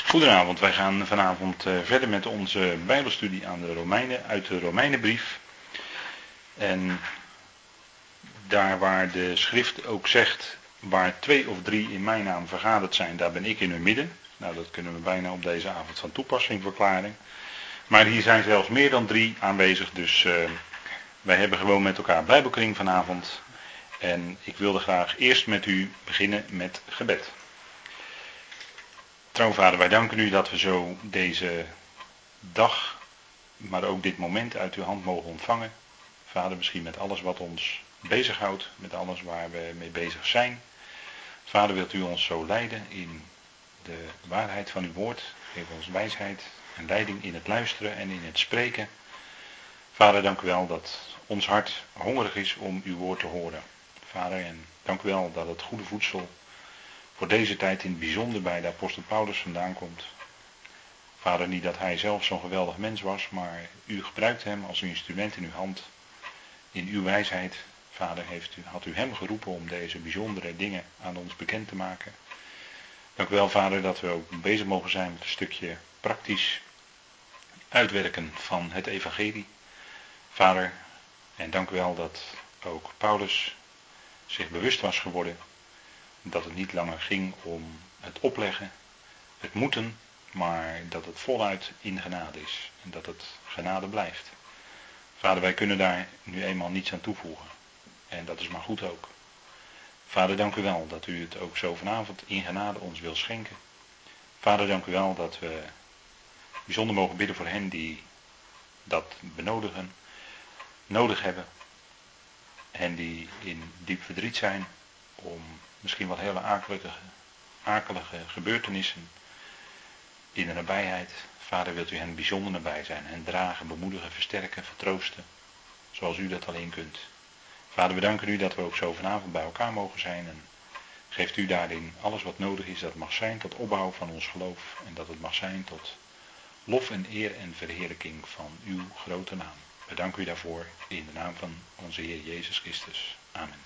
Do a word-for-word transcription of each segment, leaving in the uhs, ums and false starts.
Goedenavond, wij gaan vanavond uh, verder met onze Bijbelstudie aan de Romeinen, uit de Romeinenbrief. En daar waar de schrift ook zegt, waar twee of drie in mijn naam vergaderd zijn, daar ben ik in hun midden. Nou, dat kunnen we bijna op deze avond van toepassing verklaren. Maar hier zijn zelfs meer dan drie aanwezig, dus uh, wij hebben gewoon met elkaar Bijbelkring vanavond. En ik wilde graag eerst met u beginnen met gebed. Trouw Vader, wij danken u dat we zo deze dag, maar ook dit moment uit uw hand mogen ontvangen. Vader, misschien met alles wat ons bezighoudt, met alles waar we mee bezig zijn. Vader, wilt u ons zo leiden in de waarheid van uw woord. Geef ons wijsheid en leiding in het luisteren en in het spreken. Vader, dank u wel dat ons hart hongerig is om uw woord te horen. Vader, en dank u wel dat het goede voedsel voor deze tijd in het bijzonder bij de apostel Paulus vandaan komt. Vader, niet dat hij zelf zo'n geweldig mens was, maar u gebruikt hem als een instrument in uw hand, in uw wijsheid. Vader, heeft u, had u hem geroepen om deze bijzondere dingen aan ons bekend te maken. Dank u wel, Vader, dat we ook bezig mogen zijn met een stukje praktisch uitwerken van het evangelie. Vader, en dank u wel dat ook Paulus zich bewust was geworden dat het niet langer ging om het opleggen, het moeten, maar dat het voluit in genade is en dat het genade blijft. Vader, wij kunnen daar nu eenmaal niets aan toevoegen en dat is maar goed ook. Vader, dank u wel dat u het ook zo vanavond in genade ons wil schenken. Vader, dank u wel dat we bijzonder mogen bidden voor hen die dat benodigen, nodig hebben. Hen die in diep verdriet zijn om misschien wel hele akelige, akelige gebeurtenissen in de nabijheid. Vader, wilt u hen bijzonder nabij zijn. Hen dragen, bemoedigen, versterken, vertroosten. Zoals u dat alleen kunt. Vader, we danken u dat we ook zo vanavond bij elkaar mogen zijn. En geeft u daarin alles wat nodig is. Dat het mag zijn tot opbouw van ons geloof. En dat het mag zijn tot lof en eer en verheerlijking van uw grote naam. We danken u daarvoor in de naam van onze Heer Jezus Christus. Amen.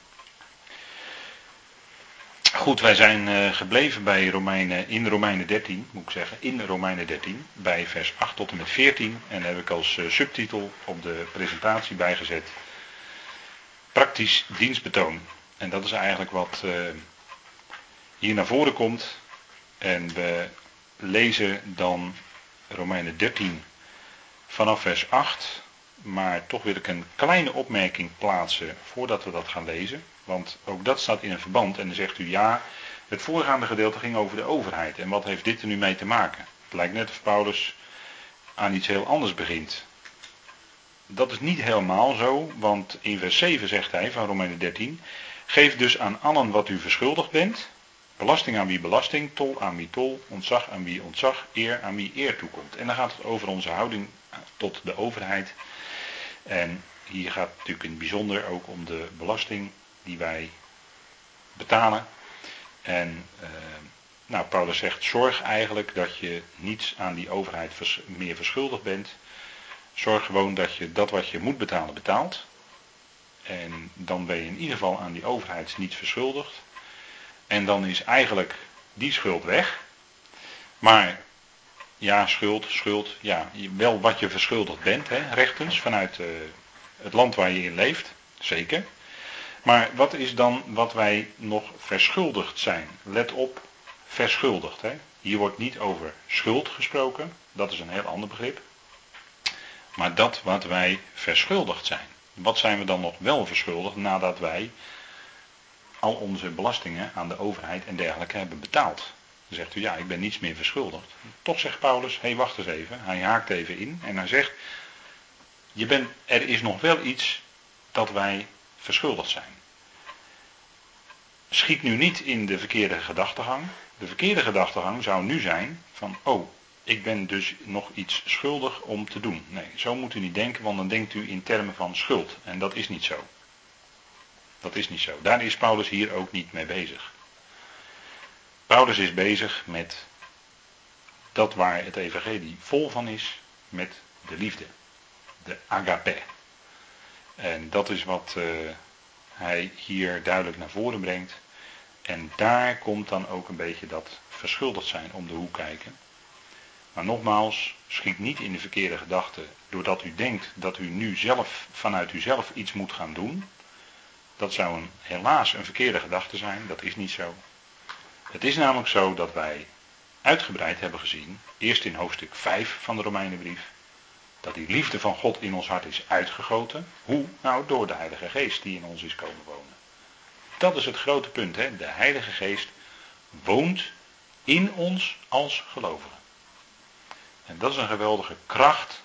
Goed, wij zijn uh, gebleven bij Romeinen, in Romeinen dertien, moet ik zeggen, in Romeinen dertien, bij vers acht tot en met veertien. En daar heb ik als uh, subtitel op de presentatie bijgezet, praktisch dienstbetoon. En dat is eigenlijk wat uh, hier naar voren komt. En we lezen dan Romeinen dertien vanaf vers acht. Maar toch wil ik een kleine opmerking plaatsen voordat we dat gaan lezen. Want ook dat staat in een verband. En dan zegt u ja, het voorgaande gedeelte ging over de overheid. En wat heeft dit er nu mee te maken? Het lijkt net of Paulus aan iets heel anders begint. Dat is niet helemaal zo. Want in vers zeven zegt hij van Romeinen dertien. Geef dus aan allen wat u verschuldigd bent. Belasting aan wie belasting, tol aan wie tol, ontzag aan wie ontzag, eer aan wie eer toekomt. En dan gaat het over onze houding tot de overheid. En hier gaat het natuurlijk in het bijzonder ook om de belasting die wij betalen. En uh, nou, Paulus zegt, zorg eigenlijk dat je niets aan die overheid vers- meer verschuldigd bent. Zorg gewoon dat je dat wat je moet betalen, betaalt. En dan ben je in ieder geval aan die overheid niets verschuldigd. En dan is eigenlijk die schuld weg. Maar ja, schuld, schuld, ja, wel wat je verschuldigd bent, hè, rechtens, vanuit uh, het land waar je in leeft, zeker. Maar wat is dan wat wij nog verschuldigd zijn? Let op, verschuldigd. Hè. Hier wordt niet over schuld gesproken, dat is een heel ander begrip. Maar dat wat wij verschuldigd zijn. Wat zijn we dan nog wel verschuldigd nadat wij al onze belastingen aan de overheid en dergelijke hebben betaald? Dan zegt u, ja, ik ben niets meer verschuldigd. Toch zegt Paulus, hé, hey, wacht eens even. Hij haakt even in en hij zegt, je bent, er is nog wel iets dat wij verschuldigd zijn. Schiet nu niet in de verkeerde gedachtegang. De verkeerde gedachtegang zou nu zijn van, oh, ik ben dus nog iets schuldig om te doen. Nee, zo moet u niet denken, want dan denkt u in termen van schuld. En dat is niet zo. Dat is niet zo. Daar is Paulus hier ook niet mee bezig. Paulus is bezig met dat waar het evangelie vol van is, met de liefde. De agape. En dat is wat uh, hij hier duidelijk naar voren brengt. En daar komt dan ook een beetje dat verschuldigd zijn om de hoek kijken. Maar nogmaals, schiet niet in de verkeerde gedachte doordat u denkt dat u nu zelf vanuit uzelf iets moet gaan doen. Dat zou een, helaas een verkeerde gedachte zijn, dat is niet zo. Het is namelijk zo dat wij uitgebreid hebben gezien, eerst in hoofdstuk vijf van de Romeinenbrief, dat die liefde van God in ons hart is uitgegoten. Hoe? Nou, door de Heilige Geest die in ons is komen wonen. Dat is het grote punt, hè? De Heilige Geest woont in ons als gelovigen. En dat is een geweldige kracht,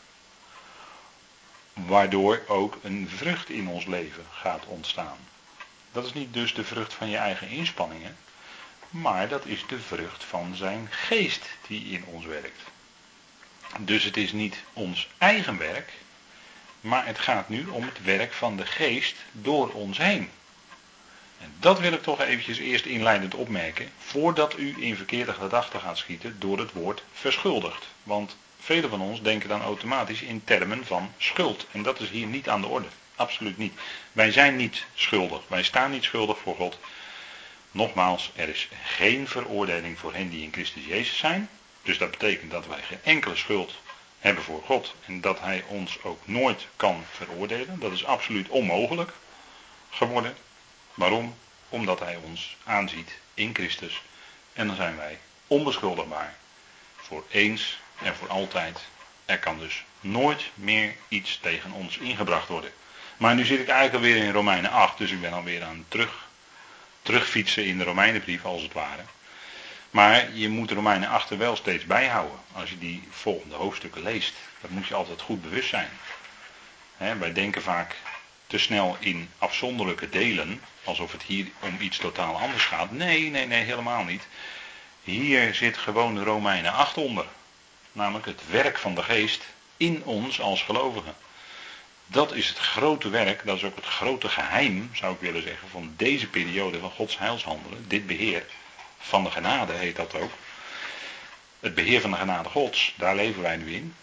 waardoor ook een vrucht in ons leven gaat ontstaan. Dat is niet dus de vrucht van je eigen inspanningen, maar dat is de vrucht van zijn geest die in ons werkt. Dus het is niet ons eigen werk, maar het gaat nu om het werk van de geest door ons heen. En dat wil ik toch eventjes eerst inleidend opmerken, voordat u in verkeerde gedachten gaat schieten door het woord verschuldigd. Want velen van ons denken dan automatisch in termen van schuld. En dat is hier niet aan de orde. Absoluut niet. Wij zijn niet schuldig. Wij staan niet schuldig voor God. Nogmaals, er is geen veroordeling voor hen die in Christus Jezus zijn. Dus dat betekent dat wij geen enkele schuld hebben voor God. En dat hij ons ook nooit kan veroordelen. Dat is absoluut onmogelijk geworden. Waarom? Omdat hij ons aanziet in Christus. En dan zijn wij onbeschuldigbaar. Voor eens en voor altijd. Er kan dus nooit meer iets tegen ons ingebracht worden. Maar nu zit ik eigenlijk alweer in Romeinen acht. Dus ik ben alweer aan het terug, terugfietsen in de Romeinenbrief als het ware. Maar je moet Romeinen acht er wel steeds bijhouden. Als je die volgende hoofdstukken leest. Dat moet je altijd goed bewust zijn. He, wij denken vaak te snel in afzonderlijke delen. Alsof het hier om iets totaal anders gaat. Nee, nee, nee, helemaal niet. Hier zit gewoon de Romeinen acht onder. Namelijk het werk van de geest in ons als gelovigen. Dat is het grote werk, dat is ook het grote geheim, zou ik willen zeggen, van deze periode van Gods heilshandelen. Dit beheer van de genade heet dat ook. Het beheer van de genade Gods, daar leven wij nu in.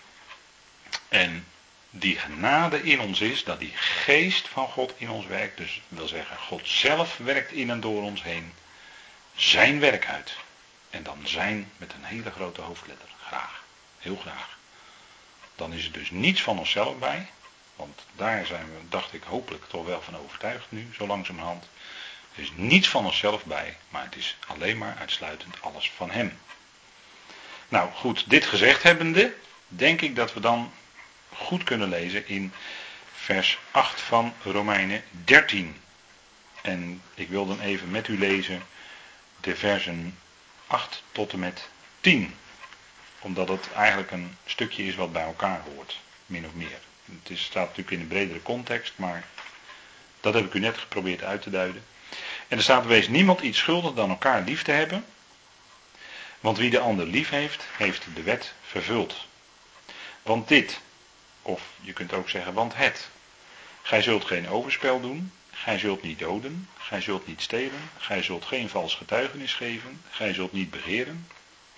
En die genade in ons is dat die geest van God in ons werkt. Dus wil zeggen, God zelf werkt in en door ons heen zijn werk uit. En dan zijn met een hele grote hoofdletter. Graag. Heel graag. Dan is er dus niets van onszelf bij. Want daar zijn we, dacht ik, hopelijk toch wel van overtuigd nu, zo langzamerhand. Er is niets van onszelf bij, maar het is alleen maar uitsluitend alles van hem. Nou goed, dit gezegd hebbende, denk ik dat we dan goed kunnen lezen in vers acht van Romeinen dertien. En ik wil dan even met u lezen de versen acht tot en met tien. Omdat het eigenlijk een stukje is wat bij elkaar hoort, min of meer. Het is, staat natuurlijk in een bredere context, maar dat heb ik u net geprobeerd uit te duiden. En er staat: wees niemand iets schuldig dan elkaar lief te hebben. Want wie de ander lief heeft, heeft de wet vervuld. Want dit, of je kunt ook zeggen, want het. Gij zult geen overspel doen, gij zult niet doden, gij zult niet stelen, gij zult geen vals getuigenis geven, gij zult niet begeren.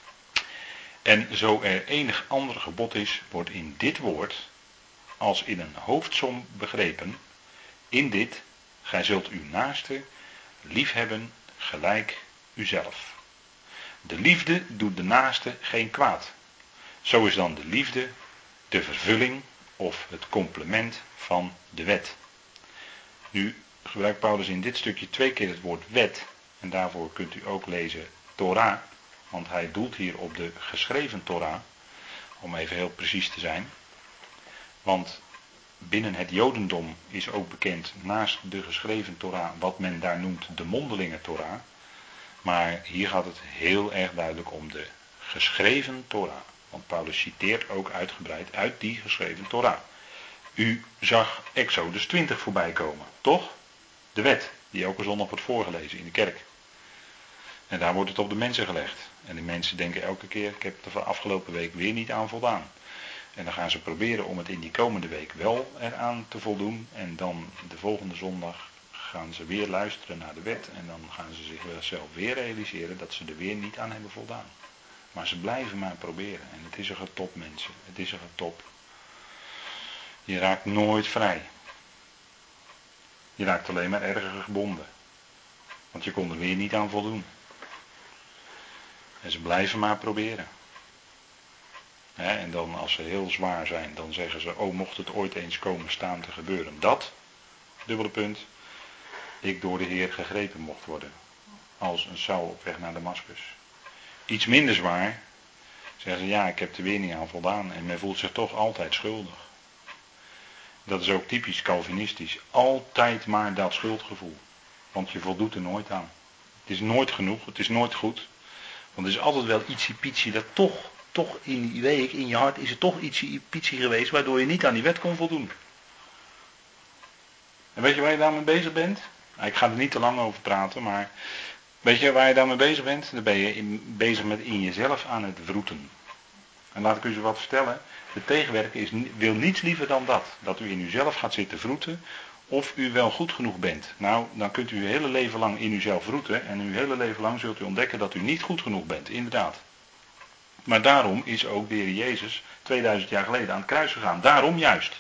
En zo er enig ander gebod is, wordt in dit woord als in een hoofdsom begrepen. In dit, gij zult uw naaste liefhebben gelijk uzelf. De liefde doet de naaste geen kwaad. Zo is dan de liefde de vervulling of het complement van de wet. Nu gebruikt Paulus in dit stukje twee keer het woord wet. En daarvoor kunt u ook lezen Torah. Want hij doelt hier op de geschreven Torah. Om even heel precies te zijn. Want binnen het Jodendom is ook bekend naast de geschreven Torah wat men daar noemt de mondelinge Torah. Maar hier gaat het heel erg duidelijk om de geschreven Torah. Want Paulus citeert ook uitgebreid uit die geschreven Torah. U zag Exodus twintig voorbij komen, toch? De wet, die elke zondag wordt voorgelezen in de kerk. En daar wordt het op de mensen gelegd. En die mensen denken elke keer, ik heb er de afgelopen week weer niet aan voldaan. En dan gaan ze proberen om het in die komende week wel eraan te voldoen. En dan de volgende zondag gaan ze weer luisteren naar de wet. En dan gaan ze zichzelf weer realiseren dat ze er weer niet aan hebben voldaan. Maar ze blijven maar proberen. En het is een getop, mensen. Het is een getop. Je raakt nooit vrij. Je raakt alleen maar erger gebonden. Want je kon er weer niet aan voldoen. En ze blijven maar proberen. Hè, en dan als ze heel zwaar zijn, dan zeggen ze, oh mocht het ooit eens komen staan te gebeuren dat, dubbele punt, ik door de Heer gegrepen mocht worden. Als een Saul op weg naar Damaskus. Iets minder zwaar, zeggen ze, ja ik heb er weer niet aan voldaan en men voelt zich toch altijd schuldig. Dat is ook typisch Calvinistisch. Altijd maar dat schuldgevoel. Want je voldoet er nooit aan. Het is nooit genoeg, het is nooit goed. Want er is altijd wel ietsie pietsie dat toch, toch in die week, in je hart is er toch ietsie pietsie geweest waardoor je niet aan die wet kon voldoen. En weet je waar je daarmee bezig bent? Nou, ik ga er niet te lang over praten, maar weet je waar je daarmee bezig bent? Dan ben je in, bezig met in jezelf aan het wroeten. En laat ik u eens wat vertellen. De tegenwerker is, wil niets liever dan dat. Dat u in uzelf gaat zitten wroeten of u wel goed genoeg bent. Nou, dan kunt u uw hele leven lang in uzelf wroeten. En uw hele leven lang zult u ontdekken dat u niet goed genoeg bent. Inderdaad. Maar daarom is ook de Heer Jezus tweeduizend jaar geleden aan het kruis gegaan. Daarom juist.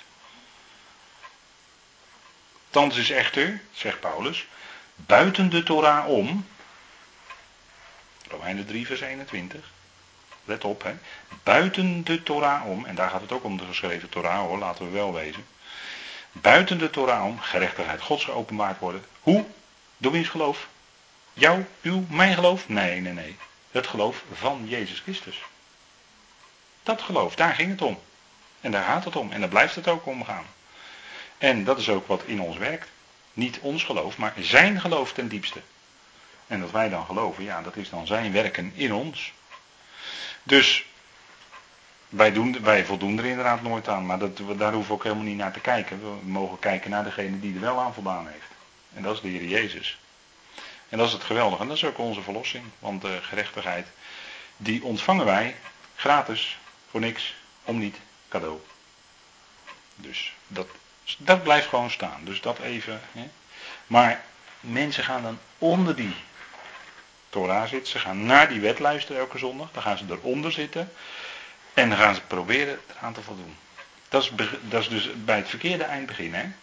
Thans is echter, zegt Paulus, buiten de Torah om. Romeinen drie vers eenentwintig. Let op, hè. Buiten de Torah om, en daar gaat het ook om de geschreven Torah hoor, laten we wel wezen. Buiten de Torah om, gerechtigheid Gods geopenbaard worden. Hoe? Door wiens geloof? Jouw, uw, mijn geloof? Nee, nee, nee. Het geloof van Jezus Christus. Dat geloof, daar ging het om. En daar gaat het om. En daar blijft het ook om gaan. En dat is ook wat in ons werkt. Niet ons geloof, maar zijn geloof ten diepste. En dat wij dan geloven, ja, dat is dan zijn werken in ons. Dus wij, doen, wij voldoen er inderdaad nooit aan, maar dat, daar hoeven we ook helemaal niet naar te kijken. We mogen kijken naar degene die er wel aan voldaan heeft. En dat is de Heer Jezus. En dat is het geweldige. En dat is ook onze verlossing. Want de gerechtigheid, die ontvangen wij gratis, voor niks, om niet, cadeau. Dus dat, dat blijft gewoon staan. Dus dat even. Hè. Maar mensen gaan dan onder die Torah zitten. Ze gaan naar die wet luisteren elke zondag. Dan gaan ze eronder zitten. En dan gaan ze proberen eraan te voldoen. Dat is, dat is dus bij het verkeerde eind beginnen. Hè?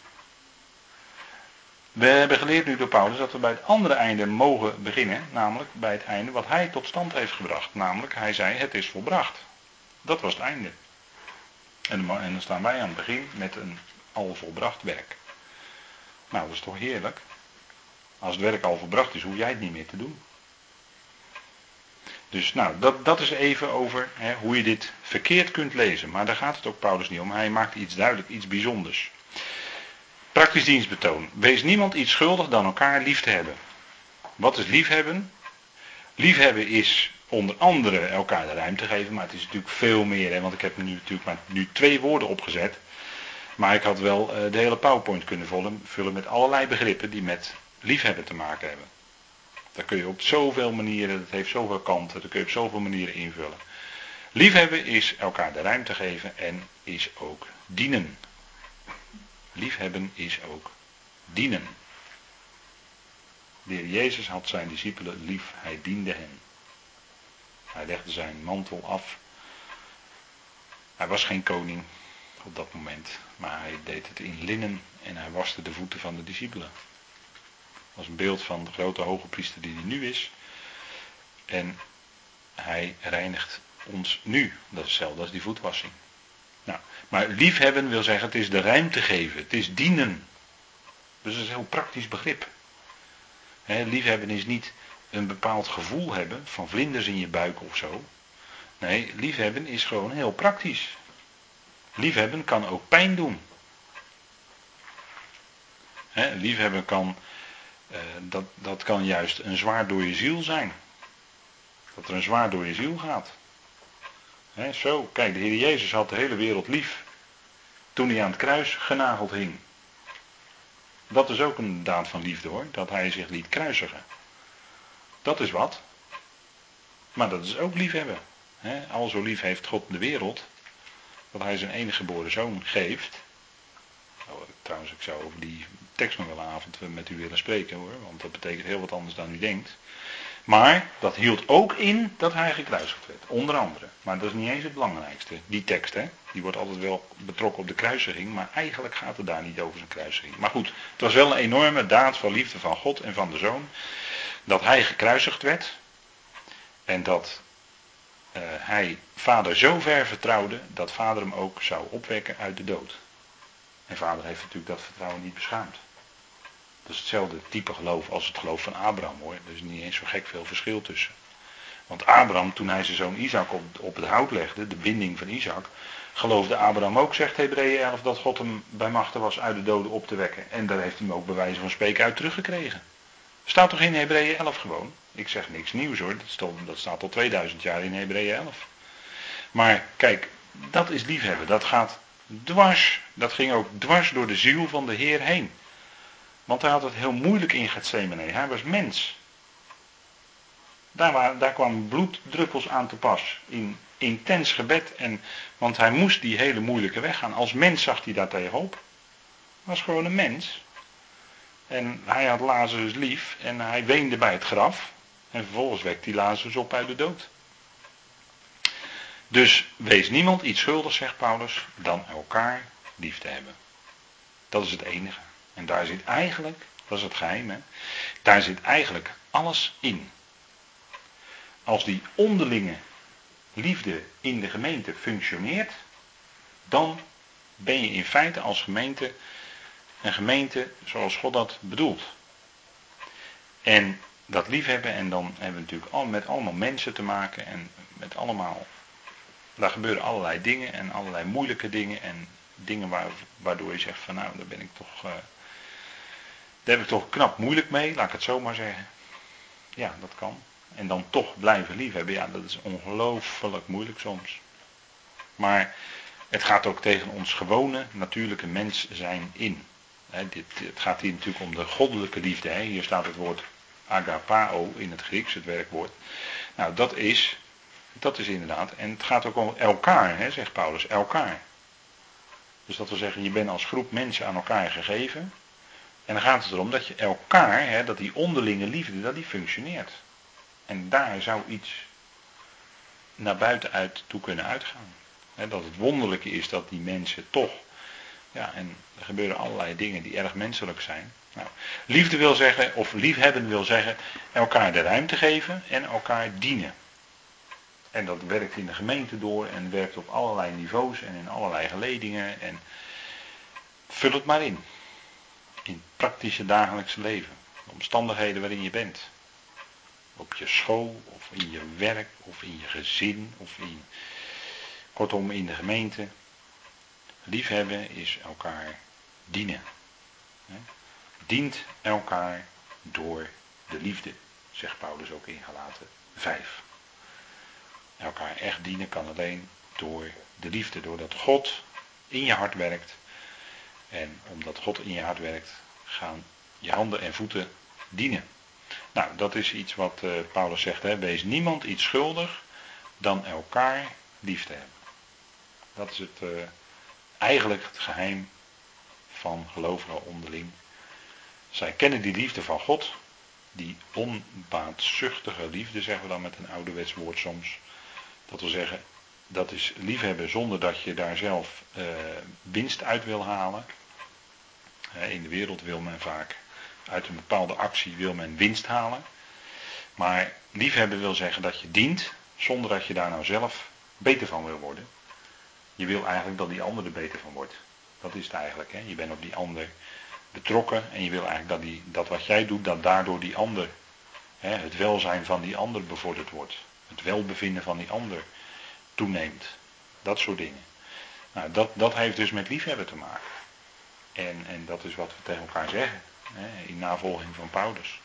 We hebben geleerd nu door Paulus dat we bij het andere einde mogen beginnen. Namelijk bij het einde wat hij tot stand heeft gebracht. Namelijk, hij zei het is volbracht. Dat was het einde. En dan staan wij aan het begin met een al volbracht werk. Nou, dat is toch heerlijk. Als het werk al volbracht is, hoef jij het niet meer te doen. Dus nou, dat, dat is even over hè, hoe je dit verkeerd kunt lezen. Maar daar gaat het ook Paulus niet om. Hij maakt iets duidelijk, iets bijzonders. Praktisch dienstbetoon. Wees niemand iets schuldig dan elkaar lief te hebben. Wat is liefhebben? Liefhebben is onder andere elkaar de ruimte geven. Maar het is natuurlijk veel meer. Hè, want ik heb nu natuurlijk maar nu twee woorden opgezet. Maar ik had wel uh, de hele PowerPoint kunnen vullen, vullen met allerlei begrippen die met liefhebben te maken hebben. Daar kun je op zoveel manieren, dat heeft zoveel kanten, daar kun je op zoveel manieren invullen. Liefhebben is elkaar de ruimte geven en is ook dienen. Liefhebben is ook dienen. De Heer Jezus had zijn discipelen lief, hij diende hen. Hij legde zijn mantel af. Hij was geen koning op dat moment, maar hij deed het in linnen en hij waste de voeten van de discipelen. Dat is een beeld van de grote hoge priester die hij nu is. En hij reinigt ons nu. Dat is hetzelfde als die voetwassing. Nou, maar liefhebben wil zeggen, het is de ruimte geven. Het is dienen. Dus dat is een heel praktisch begrip. He, liefhebben is niet een bepaald gevoel hebben van vlinders in je buik of zo. Nee, liefhebben is gewoon heel praktisch. Liefhebben kan ook pijn doen. He, liefhebben kan, uh, dat, dat kan juist een zwaard door je ziel zijn. Dat er een zwaard door je ziel gaat. He, zo, kijk, de Heer Jezus had de hele wereld lief. Toen hij aan het kruis genageld hing. Dat is ook een daad van liefde hoor, dat hij zich liet kruisigen. Dat is wat. Maar dat is ook liefhebben. He, al zo lief heeft God de wereld, dat hij zijn enige geboren zoon geeft. Oh, trouwens, ik zou over die tekst nog wel een avond met u willen spreken hoor, want dat betekent heel wat anders dan u denkt. Maar dat hield ook in dat hij gekruisigd werd, onder andere. Maar dat is niet eens het belangrijkste, die tekst hè. Die wordt altijd wel betrokken op de kruisiging, maar eigenlijk gaat het daar niet over zijn kruisiging. Maar goed, het was wel een enorme daad van liefde van God en van de Zoon, dat hij gekruisigd werd. En dat uh, hij vader zo ver vertrouwde dat vader hem ook zou opwekken uit de dood. En vader heeft natuurlijk dat vertrouwen niet beschaamd. Dat is hetzelfde type geloof als het geloof van Abraham hoor. Er is niet eens zo gek veel verschil tussen. Want Abraham, toen hij zijn zoon Isaac op, op het hout legde, de binding van Isaac, geloofde Abraham ook, zegt Hebreeën elf, dat God hem bij machte was uit de doden op te wekken. En daar heeft hij hem ook bij wijze van spreken uit teruggekregen. Staat toch in Hebreeën elf gewoon? Ik zeg niks nieuws hoor, dat staat, dat staat al tweeduizend jaar in Hebreeën elf. Maar kijk, dat is liefhebben, dat gaat dwars, dat ging ook dwars door de ziel van de Heer heen. Want hij had het heel moeilijk in Getsemane, hij was mens. Daar, waren, daar kwamen bloeddruppels aan te pas, in intens gebed, en, want hij moest die hele moeilijke weg gaan. Als mens zag hij daar tegenop. Hij was gewoon een mens. En hij had Lazarus lief en hij weende bij het graf. En vervolgens wekt hij Lazarus op uit de dood. Dus wees niemand iets schuldig, zegt Paulus, dan elkaar lief te hebben. Dat is het enige. En daar zit eigenlijk, dat is het geheim, hè, daar zit eigenlijk alles in. Als die onderlinge liefde in de gemeente functioneert, dan ben je in feite als gemeente een gemeente zoals God dat bedoelt. En dat liefhebben, en dan hebben we natuurlijk al, met allemaal mensen te maken en met allemaal, daar gebeuren allerlei dingen en allerlei moeilijke dingen en dingen waar, waardoor je zegt van nou, daar ben ik toch, uh, daar heb ik toch knap moeilijk mee, laat ik het zo maar zeggen. Ja, dat kan. En dan toch blijven liefhebben, ja, dat is ongelooflijk moeilijk soms. Maar het gaat ook tegen ons gewone, natuurlijke mens zijn in. He, dit, het gaat hier natuurlijk om de goddelijke liefde. He. Hier staat het woord agapao in het Grieks, het werkwoord. Nou, dat is, dat is inderdaad, en het gaat ook om elkaar, he, zegt Paulus, elkaar. Dus dat wil zeggen, je bent als groep mensen aan elkaar gegeven. En dan gaat het erom dat je elkaar, he, dat die onderlinge liefde, dat die functioneert. En daar zou iets naar buiten uit toe kunnen uitgaan. He, dat het wonderlijke is dat die mensen toch, ja, en er gebeuren allerlei dingen die erg menselijk zijn. Nou, liefde wil zeggen, of liefhebben wil zeggen, elkaar de ruimte geven en elkaar dienen. En dat werkt in de gemeente door en werkt op allerlei niveaus en in allerlei geledingen. En vul het maar in. In het praktische dagelijkse leven. De omstandigheden waarin je bent. Op je school, of in je werk, of in je gezin, of in, kortom in de gemeente. Liefhebben is elkaar dienen. Dient elkaar door de liefde, zegt Paulus ook in Galaten vijf. Elkaar echt dienen kan alleen door de liefde, doordat God in je hart werkt. En omdat God in je hart werkt, gaan je handen en voeten dienen. Nou, dat is iets wat uh, Paulus zegt, hè. Wees niemand iets schuldig dan elkaar lief te hebben. Dat is het, uh, eigenlijk het geheim van gelovigen onderling. Zij kennen die liefde van God, die onbaatzuchtige liefde, zeggen we dan met een ouderwets woord soms. Dat wil zeggen, dat is liefhebben zonder dat je daar zelf uh, winst uit wil halen. Uh, in de wereld wil men vaak uit een bepaalde actie wil men winst halen. Maar liefhebben wil zeggen dat je dient zonder dat je daar nou zelf beter van wil worden. Je wil eigenlijk dat die ander er beter van wordt. Dat is het eigenlijk. Hè? Je bent op die ander betrokken en je wil eigenlijk dat, die, dat wat jij doet, dat daardoor die ander, hè, het welzijn van die ander bevorderd wordt. Het welbevinden van die ander toeneemt. Dat soort dingen. Nou, dat, dat heeft dus met liefhebben te maken. En, en dat is wat we tegen elkaar zeggen. Hè, in navolging van Paulus.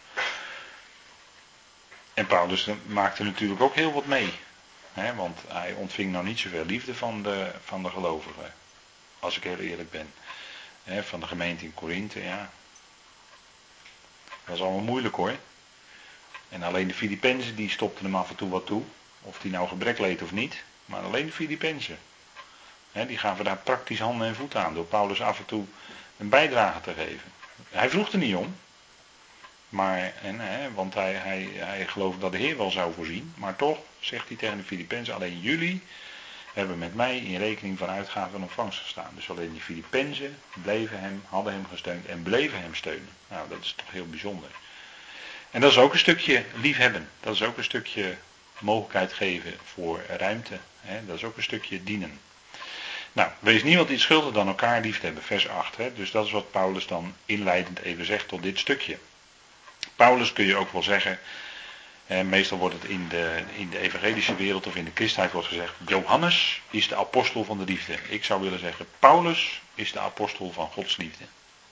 En Paulus maakte natuurlijk ook heel wat mee. Hè, want hij ontving nou niet zoveel liefde van de, van de gelovigen. Als ik heel eerlijk ben. Hè, van de gemeente in Korinthe, ja. Dat was allemaal moeilijk hoor. En alleen de Filippenzen die stopten hem af en toe wat toe. Of die nou gebrek leed of niet. Maar alleen de Filippenzen. Hè, die gaven daar praktisch handen en voeten aan. Door Paulus af en toe een bijdrage te geven. Hij vroeg er niet om. Maar, en, hè, want hij, hij, hij geloofde dat de Heer wel zou voorzien. Maar toch zegt hij tegen de Filippenzen, alleen jullie hebben met mij in rekening van uitgaven en ontvangst gestaan. Dus alleen die Filippenzen bleven hem, hadden hem gesteund en bleven hem steunen. Nou, dat is toch heel bijzonder. En dat is ook een stukje liefhebben. Dat is ook een stukje mogelijkheid geven voor ruimte. Hè? Dat is ook een stukje dienen. Nou, wees niemand iets schuldig dan elkaar lief te hebben, vers acht. Hè? Dus dat is wat Paulus dan inleidend even zegt tot dit stukje. Paulus kun je ook wel zeggen, eh, meestal wordt het in de, in de evangelische wereld of in de christenheid wordt gezegd, Johannes is de apostel van de liefde. Ik zou willen zeggen, Paulus is de apostel van Gods liefde.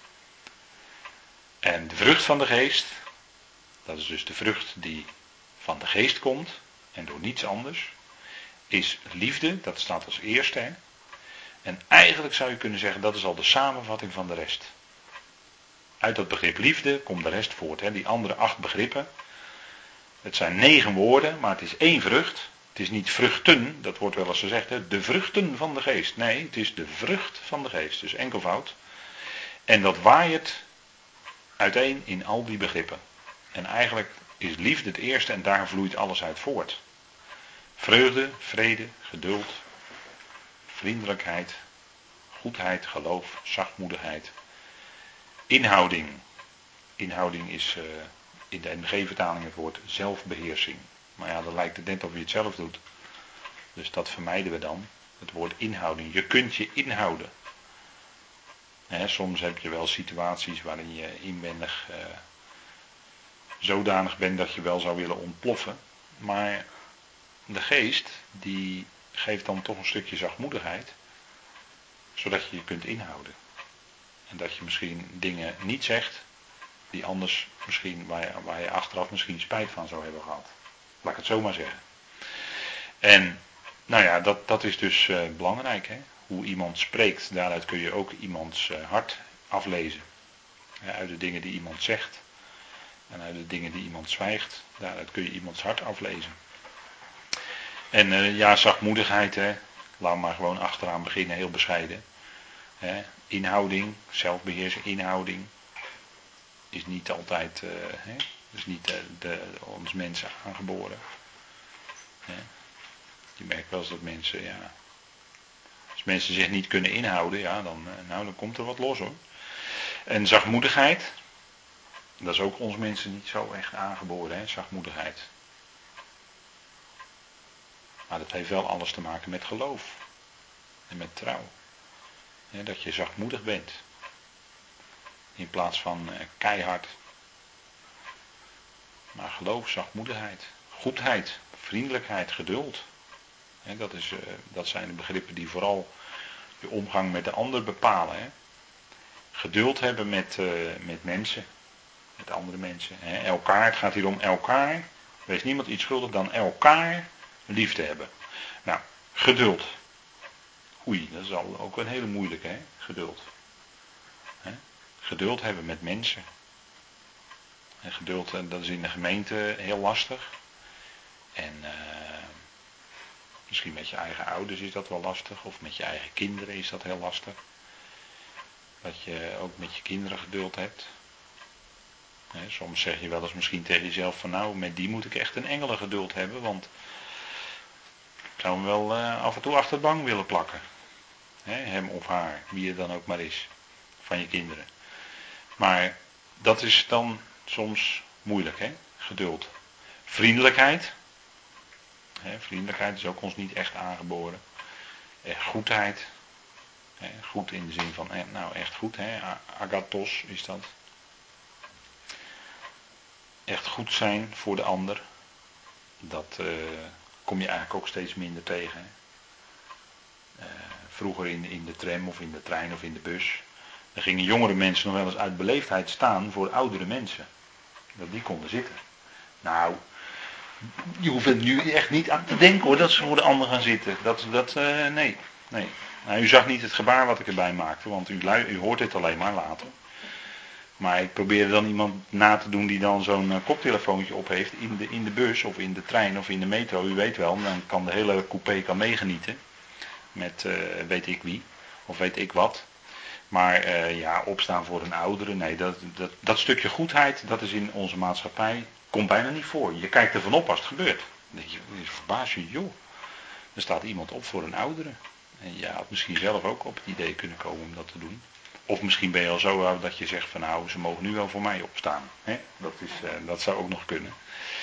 En de vrucht van de geest, dat is dus de vrucht die van de geest komt en door niets anders, is liefde, dat staat als eerste. Hè? En eigenlijk zou je kunnen zeggen, dat is al de samenvatting van de rest. Uit dat begrip liefde komt de rest voort. Hè? Die andere acht begrippen. Het zijn negen woorden, maar het is één vrucht. Het is niet vruchten, dat wordt wel eens gezegd, hè? De vruchten van de geest. Nee, het is de vrucht van de geest, dus enkelvoud. En dat waait uiteen in al die begrippen. En eigenlijk is liefde het eerste en daar vloeit alles uit voort. Vreugde, vrede, geduld, vriendelijkheid, goedheid, geloof, zachtmoedigheid. Inhouding. Inhouding is uh, in de N B G-vertaling het woord zelfbeheersing. Maar ja, dan lijkt het net of je het zelf doet. Dus dat vermijden we dan. Het woord inhouding. Je kunt je inhouden. He, soms heb je wel situaties waarin je inwendig uh, zodanig bent dat je wel zou willen ontploffen. Maar de geest die geeft dan toch een stukje zachtmoedigheid. Zodat je je kunt inhouden. En dat je misschien dingen niet zegt die anders misschien, waar je, waar je achteraf misschien spijt van zou hebben gehad. Laat ik het zo maar zeggen. En nou ja, dat, dat is dus uh, belangrijk. Hè? Hoe iemand spreekt, daaruit kun je ook iemands uh, hart aflezen. Ja, uit de dingen die iemand zegt. En uit de dingen die iemand zwijgt, daaruit kun je iemands hart aflezen. En uh, ja, zachtmoedigheid, hè. Laat maar gewoon achteraan beginnen, heel bescheiden. Hè. Inhouding, zelfbeheersing, inhouding. Is niet altijd, uh, hè, is niet de, de, ons mensen aangeboren. Hè. Je merkt wel eens dat mensen, ja, als mensen zich niet kunnen inhouden, ja, dan, uh, nou, dan komt er wat los hoor. En zachtmoedigheid, dat is ook ons mensen niet zo echt aangeboren, hè, zachtmoedigheid. Maar dat heeft wel alles te maken met geloof en met trouw. Hè, dat je zachtmoedig bent. In plaats van uh, keihard. Maar geloof, zachtmoedigheid, goedheid, vriendelijkheid, geduld. He, dat, is, uh, dat zijn de begrippen die vooral je omgang met de ander bepalen. He. Geduld hebben met, uh, met mensen, met andere mensen. He. Elkaar, het gaat hier om elkaar. Wees niemand iets schuldig dan elkaar lief te hebben. Nou, geduld. Oei, dat is al ook een hele moeilijke, hè? Geduld. He. Geduld hebben met mensen. En geduld, dat is in de gemeente heel lastig. En uh, misschien met je eigen ouders is dat wel lastig. Of met je eigen kinderen is dat heel lastig. Dat je ook met je kinderen geduld hebt. He, soms zeg je wel eens misschien tegen jezelf van nou, met die moet ik echt een engelengeduld hebben. Want ik zou hem wel uh, af en toe achter de bank willen plakken. He, hem of haar, wie het dan ook maar is. Van je kinderen. Maar dat is dan soms moeilijk, hè? Geduld. Vriendelijkheid. Hè, vriendelijkheid is ook ons niet echt aangeboren. Eh, goedheid. Hè, goed in de zin van, eh, nou echt goed, hè? Agathos is dat. Echt goed zijn voor de ander. Dat uh, kom je eigenlijk ook steeds minder tegen. Uh, vroeger in, in de tram of in de trein of in de bus. Dan gingen jongere mensen nog wel eens uit beleefdheid staan voor oudere mensen. Dat die konden zitten. Nou, je hoeft er nu echt niet aan te denken hoor, dat ze voor de ander gaan zitten. Dat, dat, uh, nee, nee. Nou, u zag niet het gebaar wat ik erbij maakte, want u, u hoort dit alleen maar later. Maar ik probeerde dan iemand na te doen die dan zo'n uh, koptelefoontje op heeft in de, in de bus of in de trein of in de metro. U weet wel, dan kan de hele coupé kan meegenieten. Met uh, weet ik wie, of weet ik wat. Maar uh, ja, opstaan voor een oudere, nee, dat, dat, dat stukje goedheid, dat is in onze maatschappij, komt bijna niet voor. Je kijkt ervan op als het gebeurt. Dan denk je, je verbaas je, joh. Er staat iemand op voor een oudere. En je had misschien zelf ook op het idee kunnen komen om dat te doen. Of misschien ben je al zo oud dat je zegt van nou, ze mogen nu wel voor mij opstaan. Hè? Dat, is, uh, dat zou ook nog kunnen.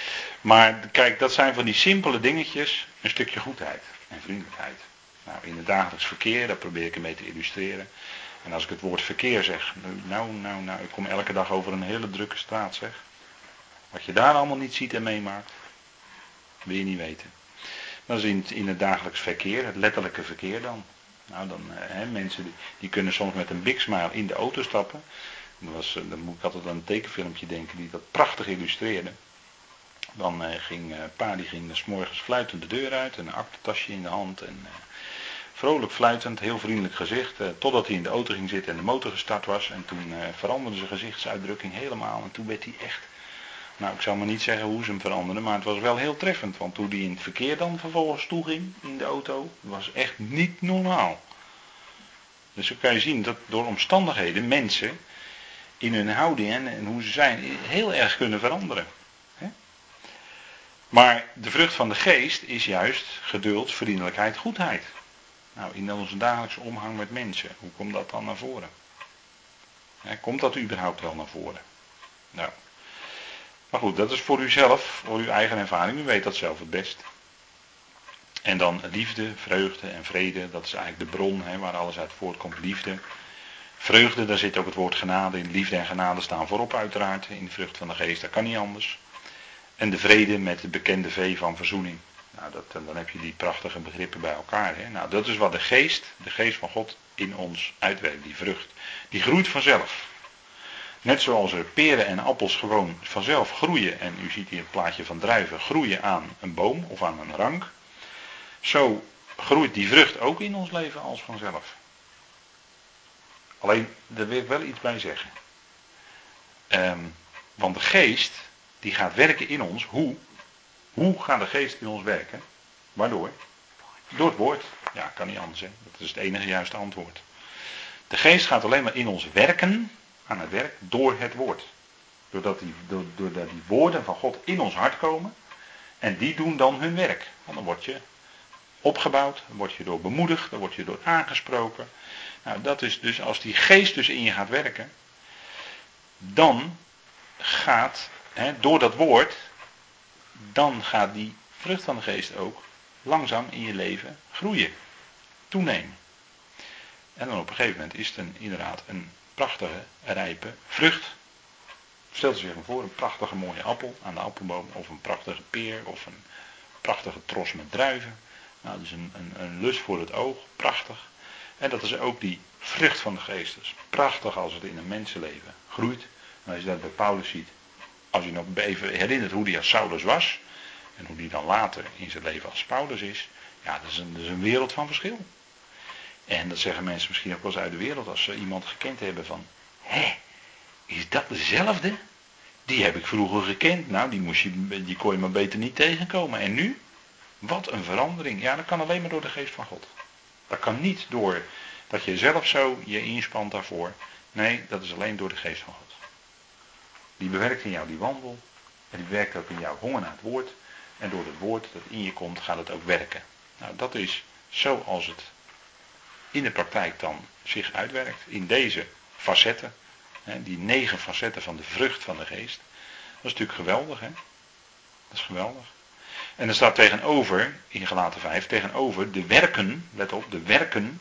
Maar kijk, dat zijn van die simpele dingetjes, een stukje goedheid en vriendelijkheid. Nou, in het dagelijks verkeer, daar probeer ik ermee te illustreren. En als ik het woord verkeer zeg, nou, nou, nou, ik kom elke dag over een hele drukke straat, zeg. Wat je daar allemaal niet ziet en meemaakt, wil je niet weten. Dat is in het, in het dagelijks verkeer, het letterlijke verkeer dan. Nou, dan hè, mensen die, die kunnen soms met een big smile in de auto stappen. Dat was, dan moet ik altijd aan een tekenfilmpje denken die dat prachtig illustreerde. Dan eh, ging uh, pa die ging 's morgens fluitend de deur uit, een aktentasje in de hand en uh, vrolijk fluitend, heel vriendelijk gezicht, uh, totdat hij in de auto ging zitten en de motor gestart was. En toen uh, veranderde zijn gezichtsuitdrukking helemaal en toen werd hij echt, nou ik zal maar niet zeggen hoe ze hem veranderden, maar het was wel heel treffend. Want toen hij in het verkeer dan vervolgens toeging in de auto, was echt niet normaal. Dus zo kan je zien dat door omstandigheden mensen in hun houding en, en hoe ze zijn heel erg kunnen veranderen. He? Maar de vrucht van de geest is juist geduld, vriendelijkheid, goedheid. Nou, in onze dagelijkse omgang met mensen, hoe komt dat dan naar voren? He, komt dat überhaupt wel naar voren? Nou, maar goed, dat is voor uzelf, voor uw eigen ervaring, u weet dat zelf het best. En dan liefde, vreugde en vrede, dat is eigenlijk de bron he, waar alles uit voortkomt, liefde. Vreugde, daar zit ook het woord genade in. Liefde en genade staan voorop uiteraard in de vrucht van de geest, dat kan niet anders. En de vrede met de bekende V van verzoening. Nou, dat, dan heb je die prachtige begrippen bij elkaar. Hè? Nou, dat is wat de geest, de geest van God in ons uitwerkt, die vrucht. Die groeit vanzelf. Net zoals er peren en appels gewoon vanzelf groeien, en u ziet hier het plaatje van druiven, groeien aan een boom of aan een rank. Zo groeit die vrucht ook in ons leven als vanzelf. Alleen, daar wil ik wel iets bij zeggen. Um, want de geest, die gaat werken in ons. Hoe? Hoe gaat de geest in ons werken? Waardoor? Door het woord. Ja, kan niet anders. Hè? Dat is het enige juiste antwoord. De geest gaat alleen maar in ons werken, aan het werk, door het woord. Doordat die, doordat die woorden van God in ons hart komen. En die doen dan hun werk. Want dan word je opgebouwd, dan word je door bemoedigd, dan word je door aangesproken. Nou, dat is dus, als die geest dus in je gaat werken, dan gaat, hè, door dat woord, dan gaat die vrucht van de geest ook langzaam in je leven groeien, toenemen. En dan op een gegeven moment is het een, inderdaad een prachtige, rijpe vrucht. Stelt u zich maar voor, een prachtige mooie appel aan de appelboom, of een prachtige peer, of een prachtige tros met druiven. Nou, dus een, een, een lust voor het oog, prachtig. En dat is ook die vrucht van de geest. Dus prachtig als het in een mensenleven groeit. En als je dat bij Paulus ziet, als je nog even herinnert hoe hij als Saulus was, en hoe die dan later in zijn leven als Paulus is, ja, dat is een, dat is een wereld van verschil. En dat zeggen mensen misschien ook wel eens uit de wereld, als ze iemand gekend hebben van, hé, is dat dezelfde? Die heb ik vroeger gekend. Nou, die, moest je, die kon je maar beter niet tegenkomen. En nu? Wat een verandering. Ja, dat kan alleen maar door de geest van God. Dat kan niet door dat je zelf zo je inspant daarvoor. Nee, dat is alleen door de geest van God. Die bewerkt in jou die wandel. En die werkt ook in jouw honger naar het woord. En door het woord dat in je komt, gaat het ook werken. Nou, dat is zoals het in de praktijk dan zich uitwerkt. In deze facetten. Hè, die negen facetten van de vrucht van de geest. Dat is natuurlijk geweldig, hè? Dat is geweldig. En er staat tegenover, in Galaten vijf, tegenover de werken, let op, de werken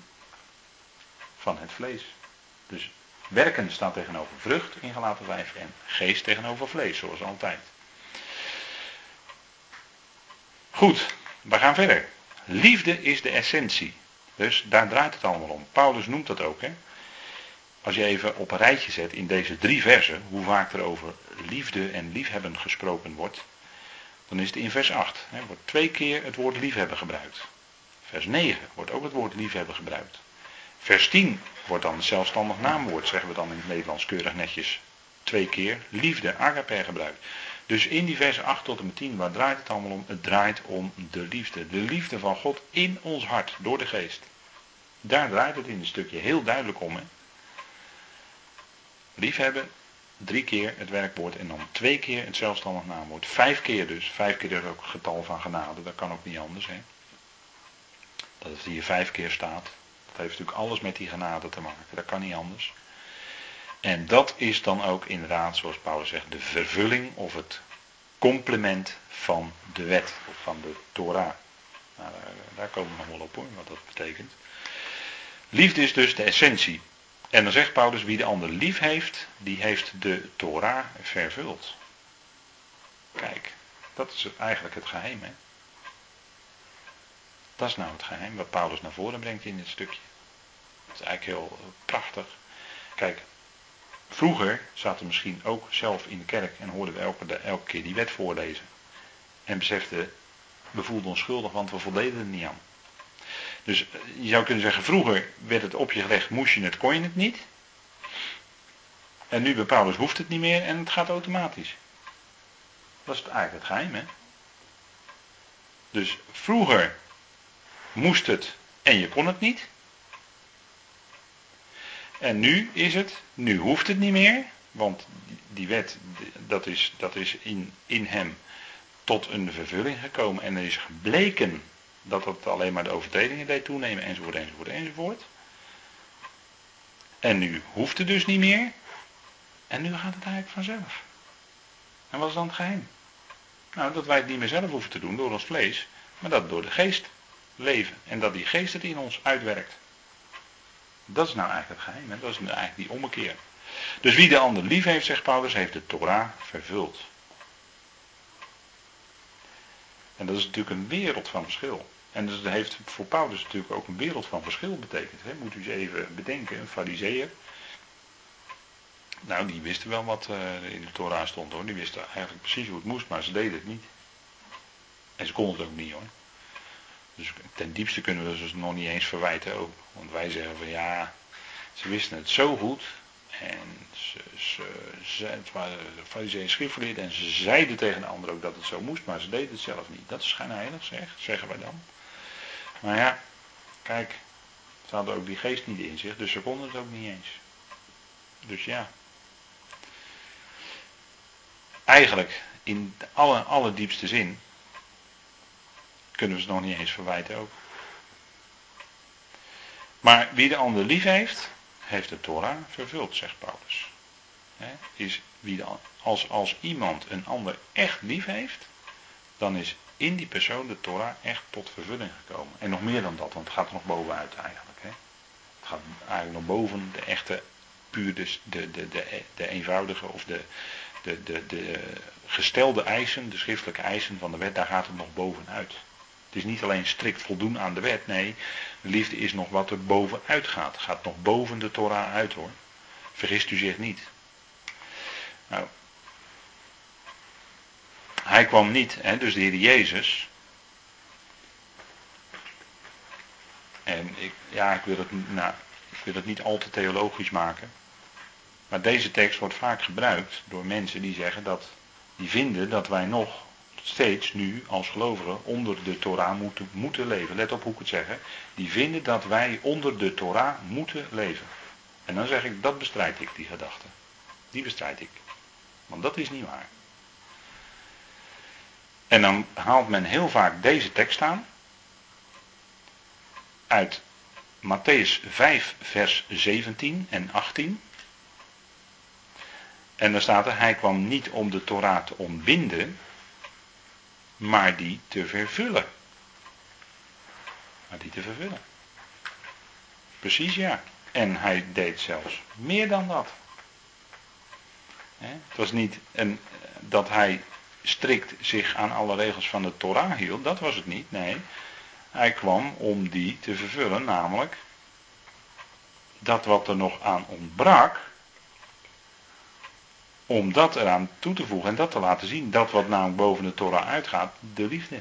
van het vlees. Dus werken staat tegenover vrucht in Galaten vijf en geest tegenover vlees, zoals altijd. Goed, we gaan verder. Liefde is de essentie. Dus daar draait het allemaal om. Paulus noemt dat ook, hè. Als je even op een rijtje zet in deze drie versen, hoe vaak er over liefde en liefhebben gesproken wordt, dan is het in vers acht. Er wordt twee keer het woord liefhebben gebruikt. Vers negen wordt ook het woord liefhebben gebruikt. Vers tien wordt dan het zelfstandig naamwoord, zeggen we dan in het Nederlands keurig netjes. Twee keer liefde, agape gebruikt. Dus in die vers acht tot en met tien, waar draait het allemaal om? Het draait om de liefde. De liefde van God in ons hart, door de geest. Daar draait het in een stukje heel duidelijk om. Hè? Liefhebben, drie keer het werkwoord en dan twee keer het zelfstandig naamwoord. Vijf keer dus. Vijf keer dus ook het getal van genade. Dat kan ook niet anders. Hè? Dat het hier vijf keer staat. Dat heeft natuurlijk alles met die genade te maken. Dat kan niet anders. En dat is dan ook inderdaad, zoals Paulus zegt, de vervulling of het complement van de wet, of van de Torah. Nou, daar, daar komen we nog wel op hoor, wat dat betekent. Liefde is dus de essentie. En dan zegt Paulus, wie de ander lief heeft, die heeft de Torah vervuld. Kijk, dat is eigenlijk het geheim, hè. Dat is nou het geheim wat Paulus naar voren brengt in dit stukje. Dat is eigenlijk heel prachtig. Kijk, vroeger zaten we misschien ook zelf in de kerk en hoorden we elke, elke keer die wet voorlezen. En beseften, we voelden ons schuldig, want we voldeden er niet aan. Dus je zou kunnen zeggen, vroeger werd het op je gelegd, moest je het, kon je het niet. En nu bij Paulus hoeft het niet meer en het gaat automatisch. Dat is eigenlijk het geheim, hè. Dus vroeger moest het en je kon het niet. En nu is het, nu hoeft het niet meer, want die wet, dat is, dat is in, in hem tot een vervulling gekomen. En er is gebleken dat het alleen maar de overtredingen deed toenemen, enzovoort, enzovoort, enzovoort. En nu hoeft het dus niet meer. En nu gaat het eigenlijk vanzelf. En wat is dan het geheim? Nou, dat wij het niet meer zelf hoeven te doen door ons vlees, maar dat door de geest leven. En dat die geest het in ons uitwerkt. Dat is nou eigenlijk het geheim, hè? Dat is nou eigenlijk die ommekeer. Dus wie de ander lief heeft, zegt Paulus, heeft de Torah vervuld. En dat is natuurlijk een wereld van verschil. En dat heeft voor Paulus natuurlijk ook een wereld van verschil betekend. Hè? Moet u eens even bedenken, een farizeeër. Nou, die wisten wel wat uh, in de Torah stond hoor. Die wisten eigenlijk precies hoe het moest, maar ze deden het niet. En ze konden het ook niet hoor. Dus ten diepste kunnen we ze nog niet eens verwijten ook. Want wij zeggen van ja, ze wisten het zo goed. En ze, ze, ze, het waren farizeeën schriftgeleerden en ze zeiden tegen de ander ook dat het zo moest, maar ze deden het zelf niet. Dat is schijnheilig, zeg, zeggen wij dan. Maar ja, kijk, ze hadden ook die geest niet in zich, dus ze konden het ook niet eens. Dus ja. Eigenlijk, in de alle, allerdiepste zin, kunnen we ze nog niet eens verwijten ook. Maar wie de ander lief heeft, heeft de Torah vervuld, zegt Paulus. He, is wie de, als, als iemand een ander echt lief heeft, dan is in die persoon de Torah echt tot vervulling gekomen. En nog meer dan dat, want het gaat er nog bovenuit eigenlijk. He. Het gaat eigenlijk nog boven de echte, puur de, de, de, de, de eenvoudige of de, de, de, de gestelde eisen, de schriftelijke eisen van de wet, daar gaat het nog bovenuit. Het is niet alleen strikt voldoen aan de wet, nee, de liefde is nog wat er bovenuit gaat. Het gaat nog boven de Torah uit hoor. Vergist u zich niet. Nou, hij kwam niet, hè, dus de Heer Jezus. En ik, ja, ik wil, het, nou, ik wil het niet al te theologisch maken. Maar deze tekst wordt vaak gebruikt door mensen die zeggen dat, die vinden dat wij nog steeds nu als gelovigen onder de Torah moeten, moeten leven. Let op hoe ik het zeg. Hè. Die vinden dat wij onder de Torah moeten leven. En dan zeg ik, dat bestrijd ik, die gedachte. Die bestrijd ik. Want dat is niet waar. En dan haalt men heel vaak deze tekst aan. Uit Mattheüs vijf vers zeventien en achttien. En dan staat er, hij kwam niet om de Torah te ontbinden, maar die te vervullen. Maar die te vervullen. Precies ja. En hij deed zelfs meer dan dat. Het was niet een, dat hij strikt zich aan alle regels van de Torah hield, dat was het niet, nee. Hij kwam om die te vervullen, namelijk dat wat er nog aan ontbrak, om dat eraan toe te voegen en dat te laten zien, dat wat namelijk boven de Torah uitgaat, de liefde.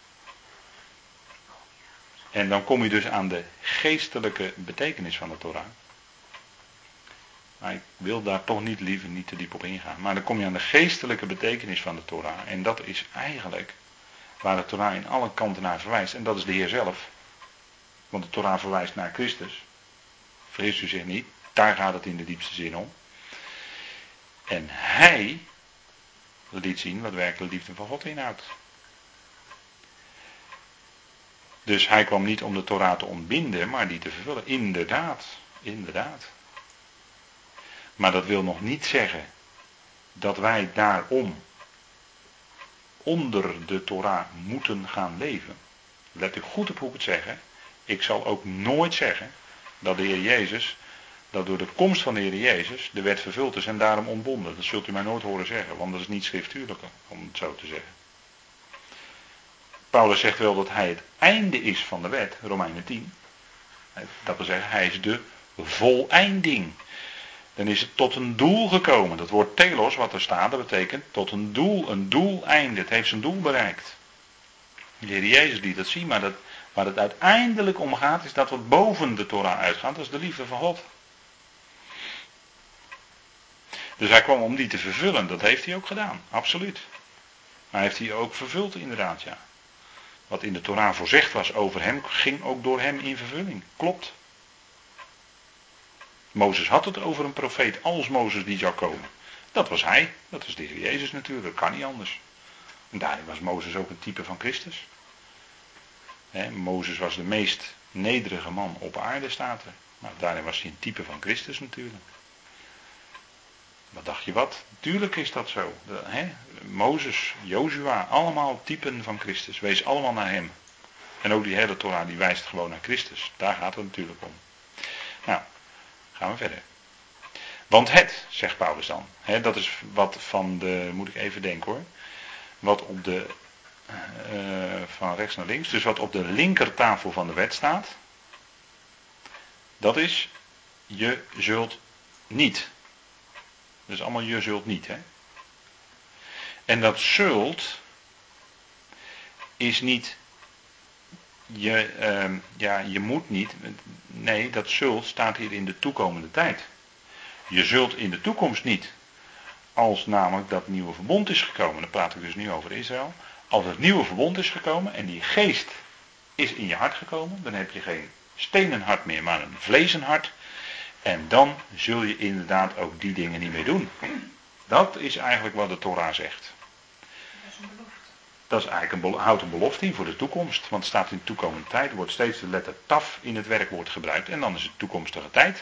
En dan kom je dus aan de geestelijke betekenis van de Torah. Maar ik wil daar toch niet liever niet te diep op ingaan. Maar dan kom je aan de geestelijke betekenis van de Torah. En dat is eigenlijk waar de Torah in alle kanten naar verwijst. En dat is de Heer zelf. Want de Torah verwijst naar Christus. Vergis u zich niet. Daar gaat het in de diepste zin om. En hij liet zien wat werkelijk liefde van God inhoudt. Dus hij kwam niet om de Torah te ontbinden, maar die te vervullen. Inderdaad, inderdaad. Maar dat wil nog niet zeggen dat wij daarom onder de Torah moeten gaan leven. Let u goed op hoe ik het zeg. Hè? Ik zal ook nooit zeggen dat de Heer Jezus, dat door de komst van de Heer Jezus de wet vervuld is en daarom ontbonden. Dat zult u mij nooit horen zeggen, want dat is niet schriftuurlijk, om het zo te zeggen. Paulus zegt wel dat hij het einde is van de wet, Romeinen tien. Dat wil zeggen, hij is de voleinding. Dan is het tot een doel gekomen. Dat woord telos, wat er staat, dat betekent tot een doel, een doeleinde. Het heeft zijn doel bereikt. De Heer Jezus liet dat zien, maar dat, waar het uiteindelijk om gaat, is dat wat boven de Torah uitgaat. Dat is de liefde van God. Dus hij kwam om die te vervullen. Dat heeft hij ook gedaan, absoluut. Maar heeft hij ook vervuld, inderdaad, ja. Wat in de Torah voorzegd was over hem, ging ook door hem in vervulling. Klopt. Mozes had het over een profeet, als Mozes die zou komen. Dat was hij, dat was de Heer Jezus natuurlijk, dat kan niet anders. En daarin was Mozes ook een type van Christus. He, Mozes was de meest nederige man op aarde, staat er. Maar daarin was hij een type van Christus natuurlijk. Wat dacht je wat? Tuurlijk is dat zo. De, he, Mozes, Jozua, allemaal typen van Christus. Wees allemaal naar hem. En ook die hele Torah die wijst gewoon naar Christus. Daar gaat het natuurlijk om. Nou, gaan we verder. Want het, zegt Paulus dan. He, dat is wat van de, moet ik even denken hoor. Wat op de, uh, van rechts naar links. Dus wat op de linkertafel van de wet staat. Dat is, je zult niet. Dus allemaal je zult niet, hè. En dat zult is niet, je, uh, ja, je moet niet. Nee, dat zult staat hier in de toekomende tijd. Je zult in de toekomst niet. Als namelijk dat nieuwe verbond is gekomen. Dan praat ik dus nu over Israël. Als het nieuwe verbond is gekomen en die geest is in je hart gekomen. Dan heb je geen stenen hart meer, maar een vleesen hart. En dan zul je inderdaad ook die dingen niet meer doen. Dat is eigenlijk wat de Torah zegt. Dat is een belofte. Dat is eigenlijk een, houdt een belofte in voor de toekomst. Want het staat in de toekomende tijd. Er wordt steeds de letter taf in het werkwoord gebruikt. En dan is het toekomstige tijd.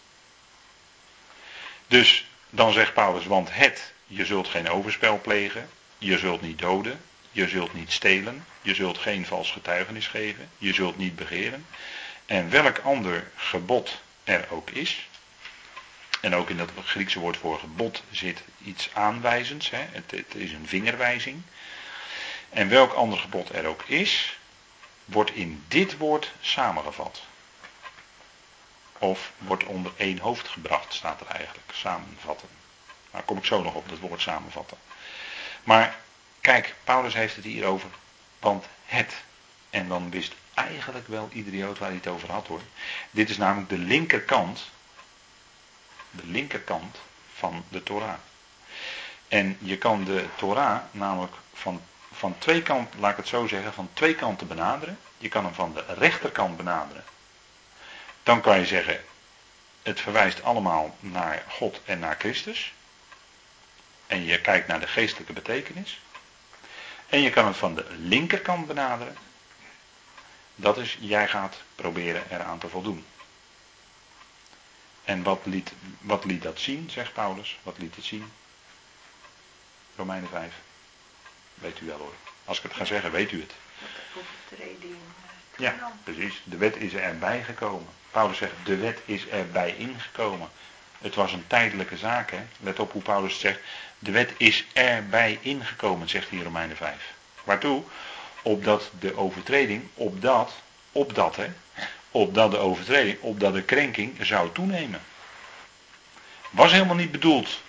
Dus dan zegt Paulus, want het, je zult geen overspel plegen. Je zult niet doden. Je zult niet stelen. Je zult geen vals getuigenis geven. Je zult niet begeren. En welk ander gebod er ook is. En ook in dat Griekse woord voor gebod zit iets aanwijzends. Hè? Het, het is een vingerwijzing. En welk ander gebod er ook is, wordt in dit woord samengevat. Of wordt onder één hoofd gebracht, staat er eigenlijk. Samenvatten. Daar kom ik zo nog op, dat woord samenvatten. Maar kijk, Paulus heeft het hier over, want het. En dan wist eigenlijk wel ieder Jood waar hij het over had hoor. Dit is namelijk de linkerkant. De linkerkant van de Torah. En je kan de Torah namelijk van, van twee kanten, laat ik het zo zeggen, van twee kanten benaderen. Je kan hem van de rechterkant benaderen. Dan kan je zeggen, het verwijst allemaal naar God en naar Christus. En je kijkt naar de geestelijke betekenis. En je kan het van de linkerkant benaderen. Dat is, jij gaat proberen eraan te voldoen. En wat liet, wat liet dat zien, zegt Paulus? Wat liet het zien? Romeinen vijf. Weet u wel hoor. Als ik het ga zeggen, weet u het. Overtreding. Ja, precies. De wet is erbij gekomen. Paulus zegt, de wet is erbij ingekomen. Het was een tijdelijke zaak, hè. Let op hoe Paulus het zegt. De wet is erbij ingekomen, zegt hij in Romeinen vijf. Waartoe? Opdat de overtreding, opdat, opdat hè. Opdat de overtreding, opdat de krenking zou toenemen. Was helemaal niet bedoeld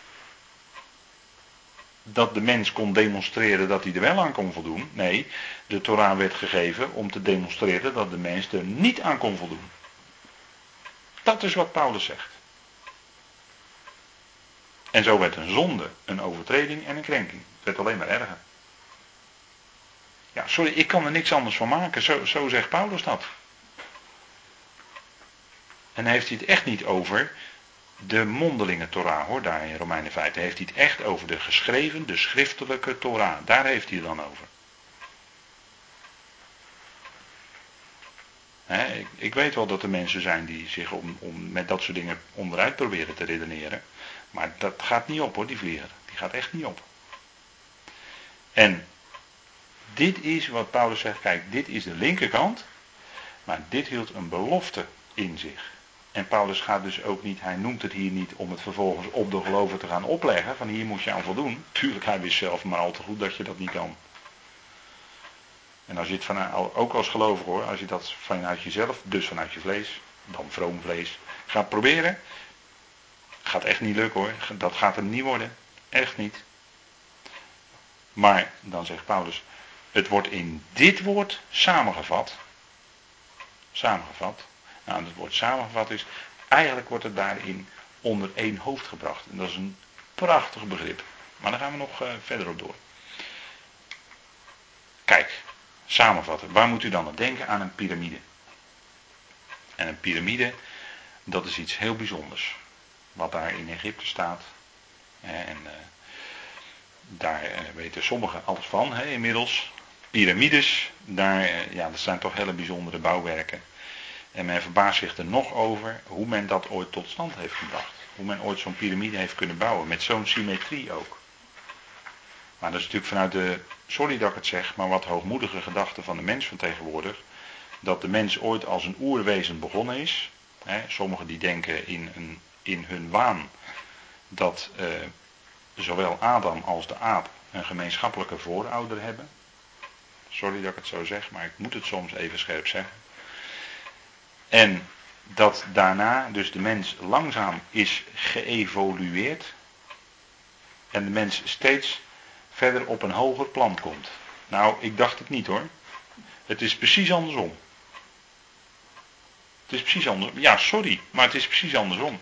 dat de mens kon demonstreren dat hij er wel aan kon voldoen. Nee, de Torah werd gegeven om te demonstreren dat de mens er niet aan kon voldoen. Dat is wat Paulus zegt. En zo werd een zonde, een overtreding en een krenking. Het werd alleen maar erger. Ja, sorry, ik kan er niks anders van maken. Zo, zo zegt Paulus dat. En hij heeft hij het echt niet over de mondelinge Torah, hoor, daar in Romeinen vijf. Daar heeft hij het echt over de geschreven, de schriftelijke Torah. Daar heeft hij het dan over. He, ik, ik weet wel dat er mensen zijn die zich om, om met dat soort dingen onderuit proberen te redeneren. Maar dat gaat niet op hoor, die vlieger. Die gaat echt niet op. En dit is wat Paulus zegt, kijk, dit is de linkerkant, maar dit hield een belofte in zich. En Paulus gaat dus ook niet, hij noemt het hier niet om het vervolgens op de gelovigen te gaan opleggen, van hier moet je aan voldoen. Tuurlijk, hij wist zelf maar al te goed dat je dat niet kan. En als je het vanuit, ook als gelovige hoor, als je dat vanuit jezelf, dus vanuit je vlees, dan vroom vlees, gaat proberen, gaat echt niet lukken hoor, dat gaat hem niet worden, echt niet. Maar dan zegt Paulus, het wordt in dit woord samengevat. Samengevat. Nou, het woord samengevat is, eigenlijk wordt het daarin onder één hoofd gebracht. En dat is een prachtig begrip. Maar daar gaan we nog uh, verder op door. Kijk, samenvatten. Waar moet u dan aan denken? Aan een piramide. En een piramide, dat is iets heel bijzonders. Wat daar in Egypte staat. En uh, daar uh, weten sommigen alles van, hè, inmiddels. Piramides, daar, uh, ja, dat zijn toch hele bijzondere bouwwerken. En men verbaast zich er nog over hoe men dat ooit tot stand heeft gebracht. Hoe men ooit zo'n piramide heeft kunnen bouwen. Met zo'n symmetrie ook. Maar dat is natuurlijk vanuit de, sorry dat ik het zeg, maar wat hoogmoedige gedachte van de mens van tegenwoordig. Dat de mens ooit als een oerwezen begonnen is. Hè, sommigen die denken in, een, in hun waan dat eh, zowel Adam als de aap een gemeenschappelijke voorouder hebben. Sorry dat ik het zo zeg, maar ik moet het soms even scherp zeggen. En dat daarna dus de mens langzaam is geëvolueerd. En de mens steeds verder op een hoger plan komt. Nou, ik dacht het niet hoor. Het is precies andersom. Het is precies andersom. Ja, sorry, maar het is precies andersom.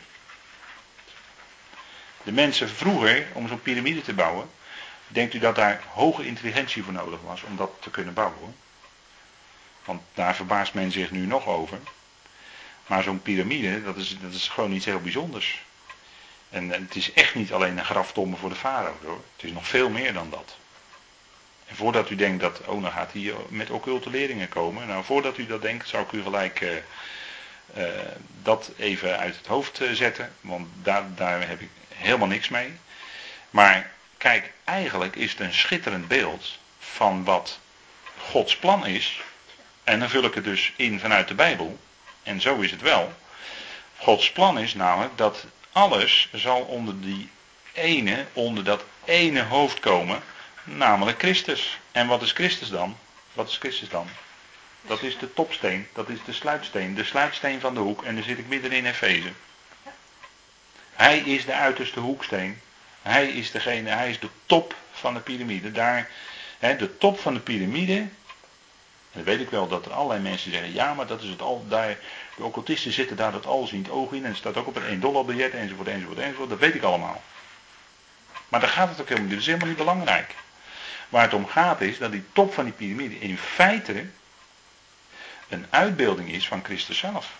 De mensen vroeger, om zo'n piramide te bouwen, denkt u dat daar hoge intelligentie voor nodig was om dat te kunnen bouwen? Want daar verbaast men zich nu nog over. Maar zo'n piramide, dat is, dat is gewoon iets heel bijzonders. En het is echt niet alleen een graftombe voor de farao hoor. Het is nog veel meer dan dat. En voordat u denkt dat, oh dan gaat hij met occulte leringen komen. Nou, voordat u dat denkt, zou ik u gelijk uh, uh, dat even uit het hoofd uh, zetten. Want daar, daar heb ik helemaal niks mee. Maar kijk, eigenlijk is het een schitterend beeld van wat Gods plan is. En dan vul ik het dus in vanuit de Bijbel. En zo is het wel. Gods plan is namelijk dat alles zal onder die ene, onder dat ene hoofd komen. Namelijk Christus. En wat is Christus dan? Wat is Christus dan? Dat is de topsteen, dat is de sluitsteen, de sluitsteen van de hoek. En daar zit ik midden in Efeze. Hij is de uiterste hoeksteen. Hij is degene, hij is de top van de piramide. Daar, hè, de top van de piramide. En dan weet ik wel dat er allerlei mensen zeggen, ja, maar dat is het al, daar, de occultisten zitten daar dat alles in het oog in. En het staat ook op een één dollar biljet, enzovoort, enzovoort, enzovoort. Dat weet ik allemaal. Maar daar gaat het ook helemaal niet. Dat is helemaal niet belangrijk. Waar het om gaat is dat die top van die piramide in feite een uitbeelding is van Christus zelf.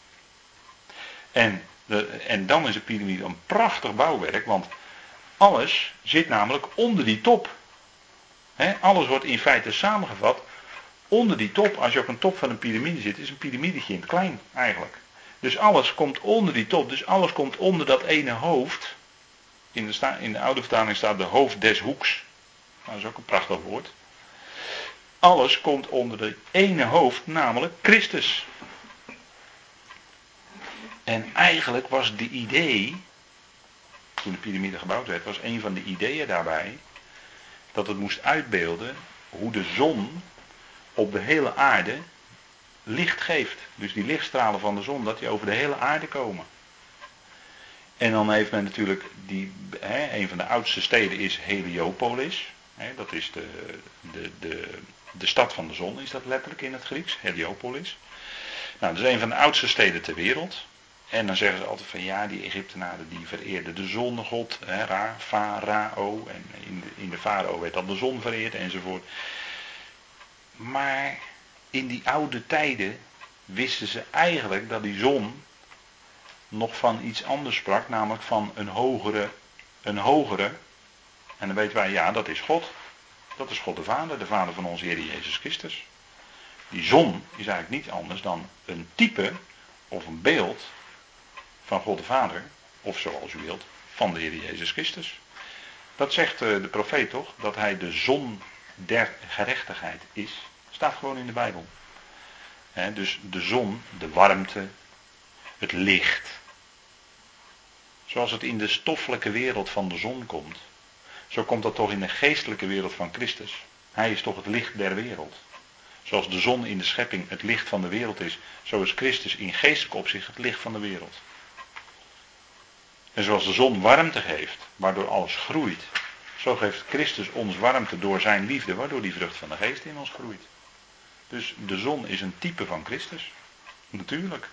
En, de, en dan is de piramide een prachtig bouwwerk, want alles zit namelijk onder die top. He, alles wordt in feite samengevat onder die top. Als je op een top van een piramide zit, is een piramidetje in het klein eigenlijk. Dus alles komt onder die top, dus alles komt onder dat ene hoofd. In de, sta, in de oude vertaling staat de hoofd des hoeks. Nou, dat is ook een prachtig woord. Alles komt onder de ene hoofd, namelijk Christus. En eigenlijk was de idee, toen de piramide gebouwd werd, was een van de ideeën daarbij, dat het moest uitbeelden hoe de zon op de hele aarde licht geeft. Dus die lichtstralen van de zon, dat die over de hele aarde komen. En dan heeft men natuurlijk, die, hè, een van de oudste steden is Heliopolis. Hè, dat is de, de, de, de stad van de zon, is dat letterlijk in het Grieks, Heliopolis. Nou, dat is een van de oudste steden ter wereld. En dan zeggen ze altijd van ja, die Egyptenaren die vereerden de zonnegod, hè, Ra, Farao. En in de, in de Farao werd dan de zon vereerd enzovoort. Maar in die oude tijden wisten ze eigenlijk dat die zon nog van iets anders sprak, namelijk van een hogere, een hogere. En dan weten wij, ja, dat is God. Dat is God de Vader, de Vader van onze Heer Jezus Christus. Die zon is eigenlijk niet anders dan een type of een beeld van God de Vader, of zoals u wilt, van de Heer Jezus Christus. Dat zegt de profeet toch, dat hij de zon der gerechtigheid is. Staat gewoon in de Bijbel. He, dus de zon, de warmte, het licht. Zoals het in de stoffelijke wereld van de zon komt. Zo komt dat toch in de geestelijke wereld van Christus. Hij is toch het licht der wereld. Zoals de zon in de schepping het licht van de wereld is. Zo is Christus in geestelijk opzicht het licht van de wereld. En zoals de zon warmte geeft, waardoor alles groeit. Zo geeft Christus ons warmte door zijn liefde, waardoor die vrucht van de geest in ons groeit. Dus de zon is een type van Christus. Natuurlijk.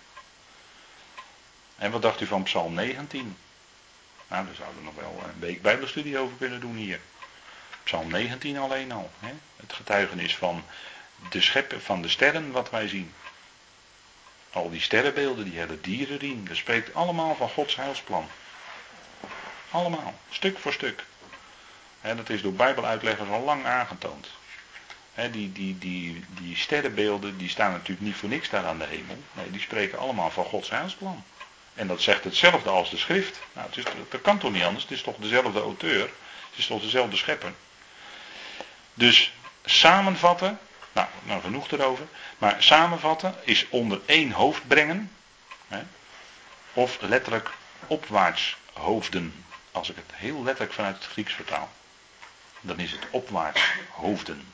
En wat dacht u van Psalm negentien? Nou, daar zouden we nog wel een week bijbelstudie over kunnen doen hier. Psalm negentien alleen al. Hè? Het getuigenis van de scheppen, van de sterren wat wij zien. Al die sterrenbeelden, die hele dierenriem. Dat spreekt allemaal van Gods heilsplan. Allemaal, stuk voor stuk. Hè, dat is door bijbeluitleggers al lang aangetoond. Hè, die, die, die, die sterrenbeelden die staan natuurlijk niet voor niks daar aan de hemel. Nee, die spreken allemaal van Gods heilsplan. En dat zegt hetzelfde als de schrift. Nou, het is, dat kan toch niet anders? Het is toch dezelfde auteur? Het is toch dezelfde schepper? Dus samenvatten, nou, nou genoeg erover. Maar samenvatten is onder één hoofd brengen. Hè, of letterlijk opwaarts hoofden. Als ik het heel letterlijk vanuit het Grieks vertaal. Dan is het opwaarts hoofden.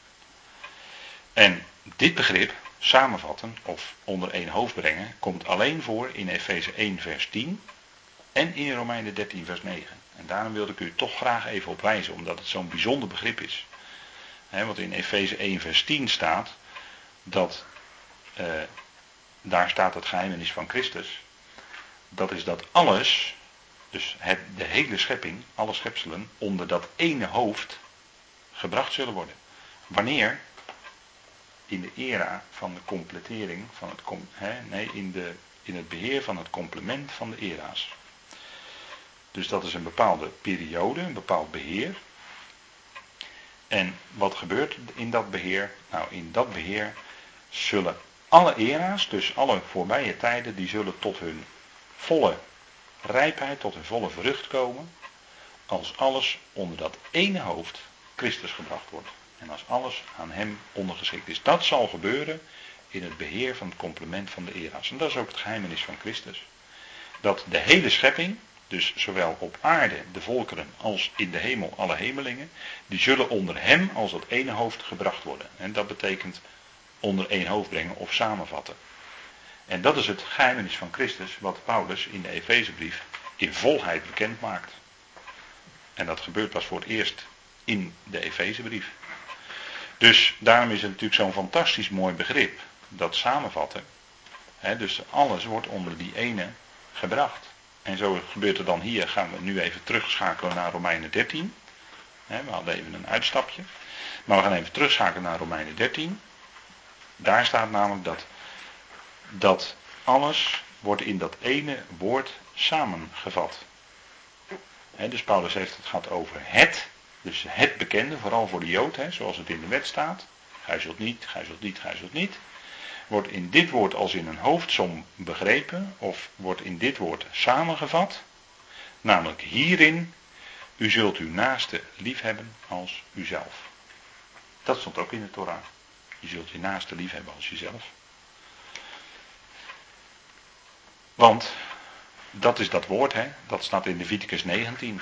En dit begrip, samenvatten of onder één hoofd brengen, komt alleen voor in Efeze één vers tien en in Romeinen dertien vers negen. En daarom wilde ik u toch graag even op wijzen, omdat het zo'n bijzonder begrip is. He, want in Efeze één vers tien staat dat, uh, daar staat het geheimenis van Christus. Dat is dat alles, dus het, de hele schepping, alle schepselen, onder dat ene hoofd gebracht zullen worden. Wanneer? In de era van de completering van het, he, nee, in, de, in het beheer van het complement van de era's. Dus dat is een bepaalde periode, een bepaald beheer. En wat gebeurt in dat beheer? Nou, in dat beheer zullen alle era's, dus alle voorbije tijden, die zullen tot hun volle rijpheid, tot hun volle vrucht komen, als alles onder dat ene hoofd, Christus, gebracht wordt. En als alles aan hem ondergeschikt is. Dat zal gebeuren in het beheer van het complement van de era's. En dat is ook het geheimenis van Christus. Dat de hele schepping, dus zowel op aarde de volkeren als in de hemel alle hemelingen, die zullen onder hem als dat ene hoofd gebracht worden. En dat betekent onder één hoofd brengen of samenvatten. En dat is het geheimenis van Christus wat Paulus in de Efezebrief in volheid bekend maakt. En dat gebeurt pas voor het eerst in de Efezebrief. Dus daarom is het natuurlijk zo'n fantastisch mooi begrip, dat samenvatten. He, dus alles wordt onder die ene gebracht. En zo gebeurt er dan hier, gaan we nu even terugschakelen naar Romeinen dertien. He, we hadden even een uitstapje. Maar we gaan even terugschakelen naar Romeinen dertien. Daar staat namelijk dat, dat alles wordt in dat ene woord samengevat. He, dus Paulus heeft het gehad over het. Dus het bekende, vooral voor de Jood, hè, zoals het in de wet staat. Gij zult niet, gij zult niet, gij zult niet. Wordt in dit woord als in een hoofdsom begrepen, of wordt in dit woord samengevat. Namelijk hierin, u zult uw naaste liefhebben als uzelf. Dat stond ook in de Torah. Je zult je naaste liefhebben als jezelf. Want, dat is dat woord, hè, dat staat in Leviticus negentien.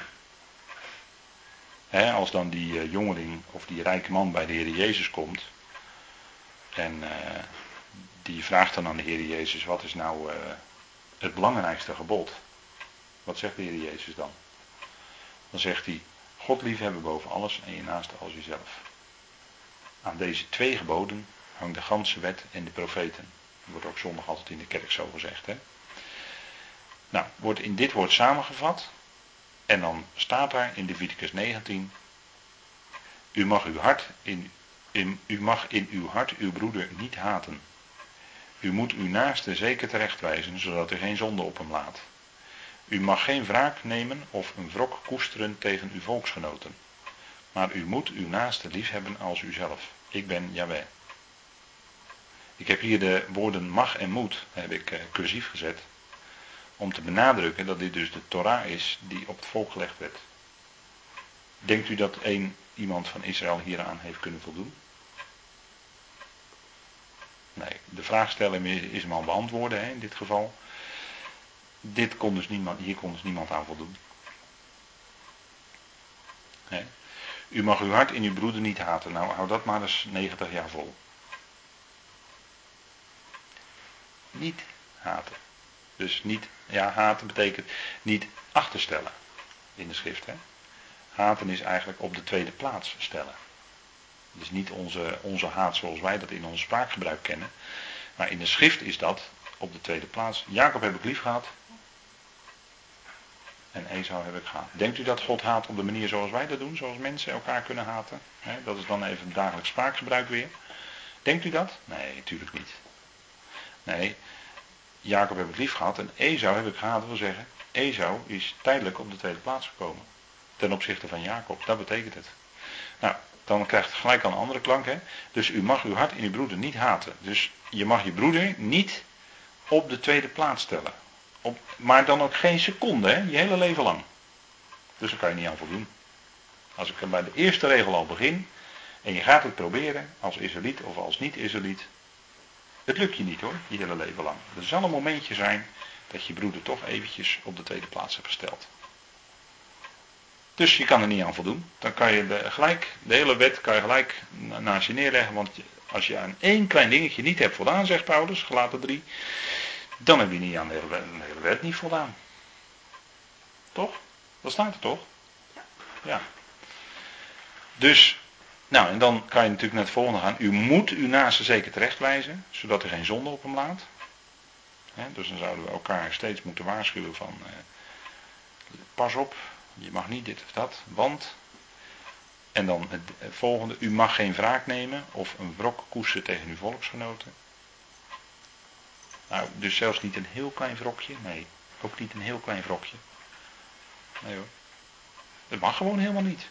He, als dan die uh, jongeling of die rijke man bij de Heer Jezus komt. En uh, die vraagt dan aan de Heer Jezus, wat is nou uh, het belangrijkste gebod? Wat zegt de Heer Jezus dan? Dan zegt hij, God liefhebben boven alles en je naaste als jezelf. Aan deze twee geboden hangt de ganse wet en de profeten. Dat wordt ook zondag altijd in de kerk zo gezegd. Hè? Nou, wordt in dit woord samengevat. En dan staat daar in Leviticus negentien. U mag uw hart in, in, u mag in uw hart uw broeder niet haten. U moet uw naaste zeker terechtwijzen, zodat u geen zonde op hem laat. U mag geen wraak nemen of een wrok koesteren tegen uw volksgenoten. Maar u moet uw naaste liefhebben als uzelf. Ik ben Jahweh. Ik heb hier de woorden mag en moet, heb ik uh, cursief gezet. Om te benadrukken dat dit dus de Torah is die op het volk gelegd werd. Denkt u dat een iemand van Israël hieraan heeft kunnen voldoen? Nee, de vraagstelling is hem al beantwoorden hè, in dit geval. Dit kon dus niemand, hier kon dus niemand aan voldoen. Hè. U mag uw hart in uw broeder niet haten. Nou, hou dat maar eens negentig jaar vol. Niet haten. Dus niet, ja, haten betekent niet achterstellen in de schrift. Hè. Haten is eigenlijk op de tweede plaats stellen. Dus niet onze, onze haat zoals wij dat in ons spraakgebruik kennen. Maar in de schrift is dat op de tweede plaats. Jacob heb ik lief gehad. En Esau heb ik gehaat. Denkt u dat God haat op de manier zoals wij dat doen? Zoals mensen elkaar kunnen haten? He, dat is dan even het dagelijks spraakgebruik weer. Denkt u dat? Nee, natuurlijk niet. Nee, Jacob heb ik lief gehad en Esau heb ik gehaat. Dat wil zeggen, Esau is tijdelijk op de tweede plaats gekomen. Ten opzichte van Jacob. Dat betekent het. Nou, dan krijgt het gelijk al een andere klank. Hè? Dus u mag uw hart in uw broeder niet haten. Dus je mag je broeder niet op de tweede plaats stellen. Op, maar dan ook geen seconde, hè? Je hele leven lang. Dus daar kan je niet aan voldoen. Als ik bij de eerste regel al begin. En je gaat het proberen als Israëliet of als niet-Israëliet. Het lukt je niet hoor, je hele leven lang. Er zal een momentje zijn dat je broeder toch eventjes op de tweede plaats hebt gesteld. Dus je kan er niet aan voldoen. Dan kan je de, gelijk, de hele wet kan je gelijk naast je neerleggen. Want als je aan één klein dingetje niet hebt voldaan, zegt Paulus, Galaten drie. Dan heb je niet aan de hele, de hele wet niet voldaan. Toch? Dat staat er toch? Ja. Dus, nou en dan kan je natuurlijk naar het volgende gaan. U moet uw naaste zeker terechtwijzen, zodat er geen zonde op hem laat. He, dus dan zouden we elkaar steeds moeten waarschuwen van, eh, pas op, je mag niet dit of dat, want... En dan het volgende, u mag geen wraak nemen of een wrok koesteren tegen uw volksgenoten. Nou, dus zelfs niet een heel klein wrokje, nee, ook niet een heel klein wrokje. Nee hoor, dat mag gewoon helemaal niet.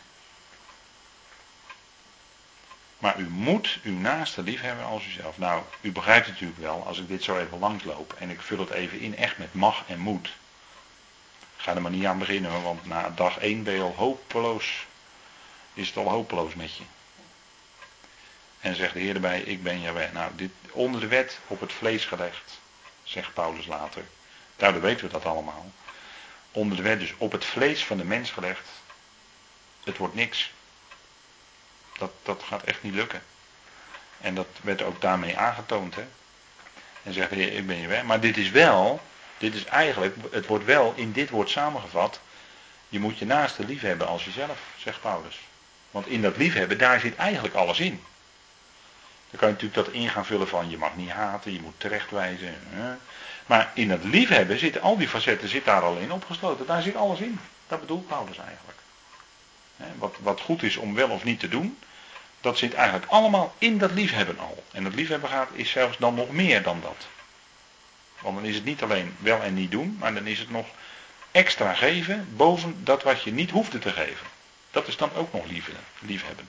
Maar u moet uw naaste liefhebben als uzelf. Nou, u begrijpt het natuurlijk wel, als ik dit zo even langsloop en ik vul het even in echt met mag en moet. Ga er maar niet aan beginnen hoor, want na dag één ben je al hopeloos, is het al hopeloos met je. En zegt de Heer erbij, ik ben Jahweh. Nou, dit onder de wet op het vlees gelegd, zegt Paulus later. Daardoor weten we dat allemaal. Onder de wet dus op het vlees van de mens gelegd. Het wordt niks. Dat, dat gaat echt niet lukken. En dat werd ook daarmee aangetoond. Hè? En zegt de Heer, ik ben Jahweh. Maar dit is wel, dit is eigenlijk, het wordt wel in dit woord samengevat. Je moet je naaste lief hebben als jezelf, zegt Paulus. Want in dat liefhebben, daar zit eigenlijk alles in. Dan kan je natuurlijk dat in gaan vullen van je mag niet haten, je moet terechtwijzen. Hè. Maar in het liefhebben zitten al die facetten zit daar al in opgesloten. Daar zit alles in. Dat bedoelt Paulus eigenlijk. Hè, wat, wat goed is om wel of niet te doen, dat zit eigenlijk allemaal in dat liefhebben al. En dat liefhebben gaat is zelfs dan nog meer dan dat. Want dan is het niet alleen wel en niet doen, maar dan is het nog extra geven boven dat wat je niet hoefde te geven. Dat is dan ook nog liefde, liefhebben.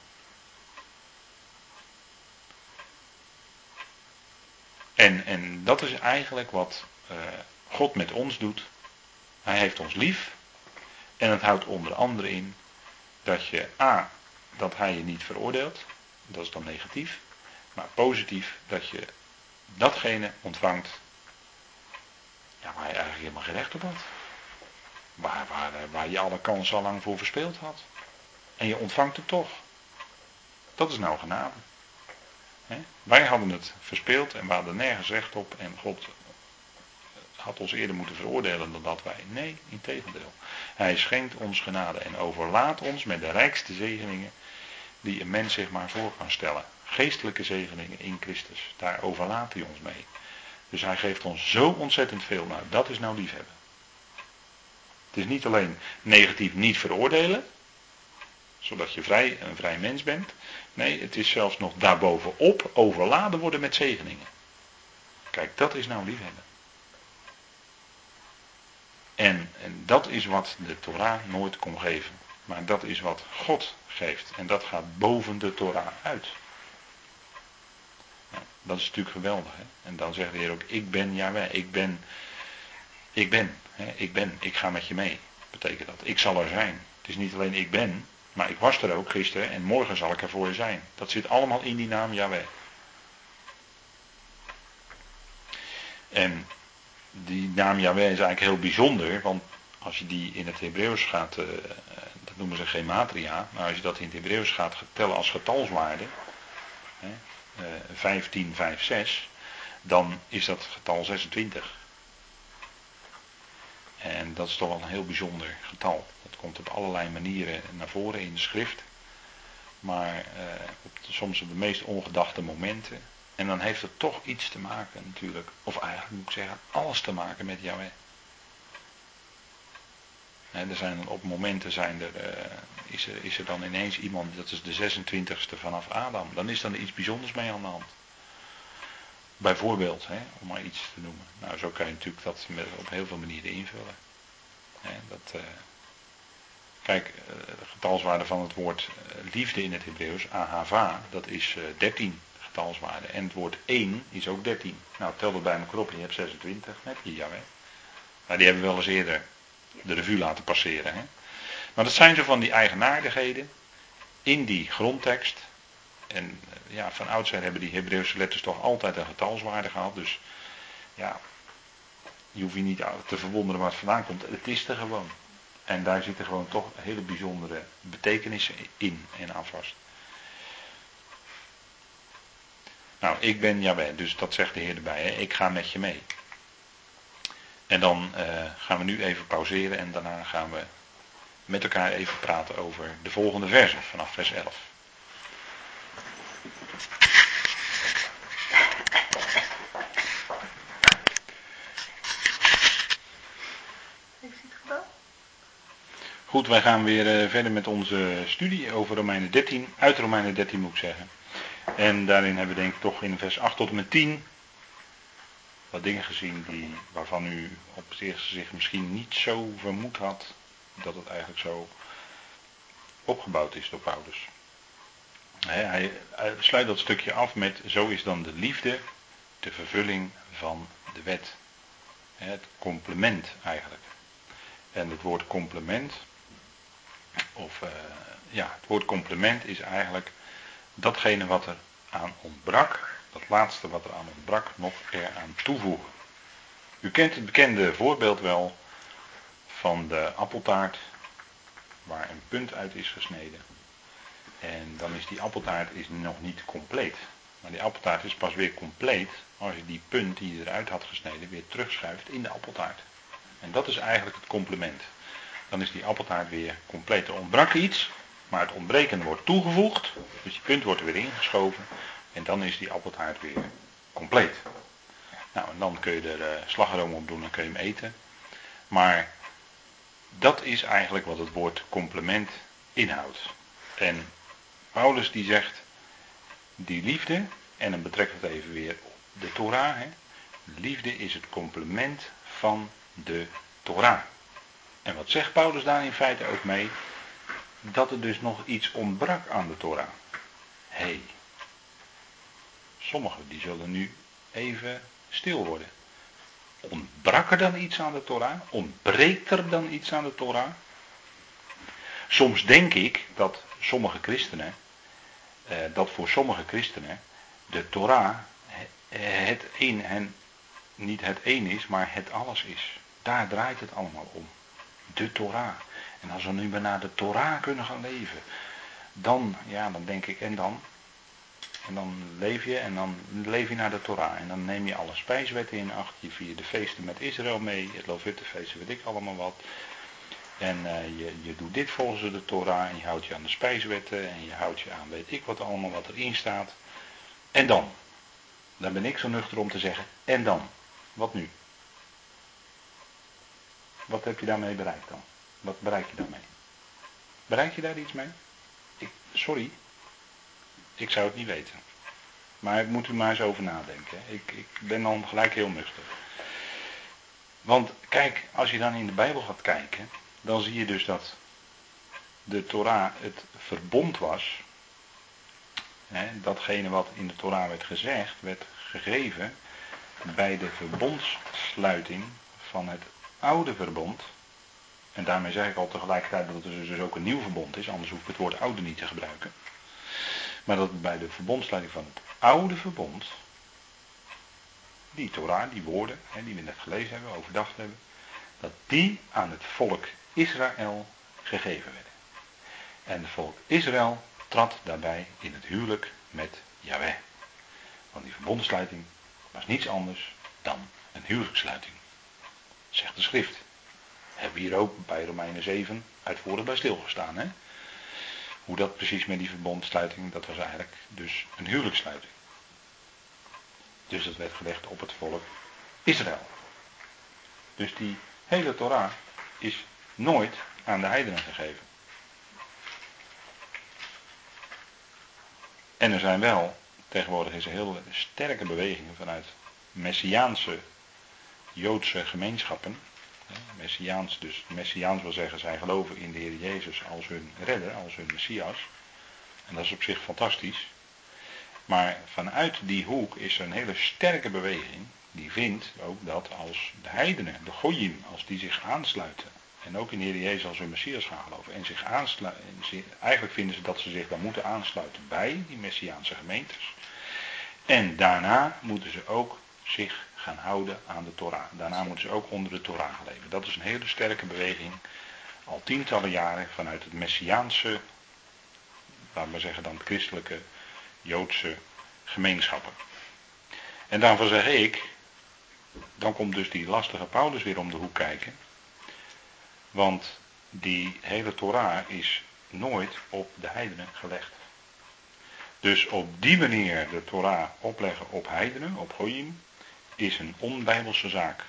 En, en dat is eigenlijk wat uh, God met ons doet. Hij heeft ons lief. En het houdt onder andere in dat je a, dat hij je niet veroordeelt. Dat is dan negatief. Maar positief dat je datgene ontvangt ja, waar je eigenlijk helemaal geen recht op had. Waar, waar, waar je alle kansen al lang voor verspeeld had. En je ontvangt het toch. Dat is nou genade. He? Wij hadden het verspeeld en we hadden nergens recht op. En God had ons eerder moeten veroordelen dan dat wij. Nee, integendeel. Hij schenkt ons genade en overlaat ons met de rijkste zegeningen die een mens zich maar voor kan stellen. Geestelijke zegeningen in Christus. Daar overlaat hij ons mee. Dus hij geeft ons zo ontzettend veel. Nou, dat is nou liefhebben. Het is niet alleen negatief niet veroordelen, zodat je vrij, een vrij mens bent. Nee, het is zelfs nog daarbovenop overladen worden met zegeningen. Kijk, dat is nou liefhebben. En, en dat is wat de Torah nooit kon geven. Maar dat is wat God geeft. En dat gaat boven de Torah uit. Nou, dat is natuurlijk geweldig. Hè? En dan zegt de Heer ook, ik ben Jahweh. Ik ben, ik ben, hè? ik ben, ik ga met je mee. Betekent dat. Ik zal er zijn. Het is niet alleen ik ben, Maar ik was er ook gisteren en morgen zal ik er voor je zijn. Dat zit allemaal in die naam Yahweh. En die naam Yahweh is eigenlijk heel bijzonder, want als je die in het Hebreeuws gaat, uh, dat noemen ze gematria, maar als je dat in het Hebreeuws gaat tellen als getalswaarde, hè, uh, vijftien, vijf, zes, dan is dat getal zesentwintig. En dat is toch wel een heel bijzonder getal. Dat komt op allerlei manieren naar voren in de schrift. Maar uh, op de, soms op de meest ongedachte momenten. En dan heeft het toch iets te maken natuurlijk. Of eigenlijk moet ik zeggen, alles te maken met Yahweh. He, er zijn op momenten zijn er, uh, is er, is er dan ineens iemand, dat is de zesentwintigste vanaf Adam. Dan is er iets bijzonders mee aan de hand. Bijvoorbeeld, hè, om maar iets te noemen. Nou, zo kan je natuurlijk dat met, op heel veel manieren invullen. Hè, dat, uh, kijk, uh, de getalswaarde van het woord uh, liefde in het Hebreeuws, ahava, dat is uh, dertien getalswaarde. En het woord één is ook dertien. Nou, tel dat bij elkaar op en je hebt zesentwintig. Net je Yahweh. Maar die hebben we wel eens eerder de revue laten passeren. Hè. Maar dat zijn zo van die eigenaardigheden in die grondtekst. En ja, van oudsher hebben die Hebreeuwse letters toch altijd een getalswaarde gehad. Dus ja, je hoeft je niet te verwonderen waar het vandaan komt. Het is er gewoon. En daar zitten gewoon toch hele bijzondere betekenissen in en aan vast. Nou, ik ben Yahweh, dus dat zegt de Heer erbij. Hè? Ik ga met je mee. En dan uh, gaan we nu even pauzeren en daarna gaan we met elkaar even praten over de volgende versen vanaf vers elf. Goed, wij gaan weer uh, verder met onze studie over Romeinen dertien, uit Romeinen dertien moet ik zeggen. En daarin hebben we denk ik toch in vers acht tot en met tien wat dingen gezien die, waarvan u op het eerste gezicht misschien niet zo vermoed had dat het eigenlijk zo opgebouwd is door Paulus. Hij, hij, hij sluit dat stukje af met: zo is dan de liefde de vervulling van de wet. Het complement eigenlijk. En het woord complement, of uh, ja, het woord complement is eigenlijk datgene wat er aan ontbrak, dat laatste wat er aan ontbrak, nog eraan toevoegen. U kent het bekende voorbeeld wel van de appeltaart, waar een punt uit is gesneden. En dan is die appeltaart is nog niet compleet. Maar die appeltaart is pas weer compleet als je die punt die je eruit had gesneden weer terugschuift in de appeltaart. En dat is eigenlijk het complement. Dan is die appeltaart weer compleet. Er ontbrak iets, maar het ontbrekende wordt toegevoegd. Dus die punt wordt er weer ingeschoven. En dan is die appeltaart weer compleet. Nou, en dan kun je er uh, slagroom op doen en kun je hem eten. Maar dat is eigenlijk wat het woord complement inhoudt. En Paulus die zegt, die liefde, en dan betrekt het even weer op de Torah. Hè. Liefde is het complement van de Torah. En wat zegt Paulus daar in feite ook mee? Dat er dus nog iets ontbrak aan de Torah. Hé, hey, sommigen die zullen nu even stil worden. Ontbrak er dan iets aan de Torah? Ontbreekt er dan iets aan de Torah? Soms denk ik dat sommige christenen, eh, dat voor sommige christenen de Torah het een en niet het een is, maar het alles is. Daar draait het allemaal om. De Torah. En als we nu maar naar de Torah kunnen gaan leven, dan, ja, dan denk ik, en dan? En dan leef je, en dan leef je naar de Torah. En dan neem je alle spijswetten in acht, je viert de feesten met Israël mee, het Loofhuttenfeest, weet ik allemaal wat. En uh, je, je doet dit volgens de Torah, en je houdt je aan de spijswetten, en je houdt je aan weet ik wat allemaal wat erin staat. En dan? Dan ben ik zo nuchter om te zeggen, en dan? Wat nu? Wat heb je daarmee bereikt dan? Wat bereik je daarmee? Bereik je daar iets mee? Ik, sorry, ik zou het niet weten. Maar ik moet u maar eens over nadenken. Ik, ik ben dan gelijk heel nuchter. Want kijk, als je dan in de Bijbel gaat kijken, dan zie je dus dat de Torah het verbond was. Hè, datgene wat in de Torah werd gezegd, werd gegeven bij de verbondssluiting van het oude verbond En daarmee zeg ik al tegelijkertijd dat het dus ook een nieuw verbond is, anders hoef ik het woord oude niet te gebruiken. Maar dat bij de verbondsluiting van het oude verbond, die Torah, die woorden, hè, die we net gelezen hebben, overdacht hebben, dat die aan het volk Israël gegeven werden. En het volk Israël trad daarbij in het huwelijk met Jahweh. Want die verbondsluiting was niets anders dan een huwelijkssluiting. Zegt de schrift. Hebben we hier ook bij Romeinen zeven uitvoerig bij stilgestaan. Hè? Hoe dat precies met die verbondsluiting, dat was eigenlijk dus een huwelijkssluiting. Dus dat werd gelegd op het volk Israël. Dus die hele Torah is nooit aan de heidenen gegeven. En er zijn wel, tegenwoordig is er heel sterke bewegingen vanuit Messiaanse Joodse gemeenschappen. Messiaans, dus Messiaans wil zeggen, zij geloven in de Heer Jezus als hun redder, als hun Messias. En dat is op zich fantastisch. Maar vanuit die hoek is er een hele sterke beweging die vindt ook dat als de heidenen, de Goyim, als die zich aansluiten en ook in de Heer Jezus als hun Messias gaan geloven en zich aansluiten, eigenlijk vinden ze dat ze zich dan moeten aansluiten bij die Messiaanse gemeentes. En daarna moeten ze ook zich gaan houden aan de Torah. Daarna moeten ze ook onder de Torah leven. Dat is een hele sterke beweging, al tientallen jaren vanuit het Messiaanse, laten we zeggen dan christelijke Joodse gemeenschappen. En daarvan zeg ik, dan komt dus die lastige Paulus weer om de hoek kijken. Want die hele Torah is nooit op de heidenen gelegd. Dus op die manier de Torah opleggen op heidenen, op Goyim, is een onbijbelse zaak.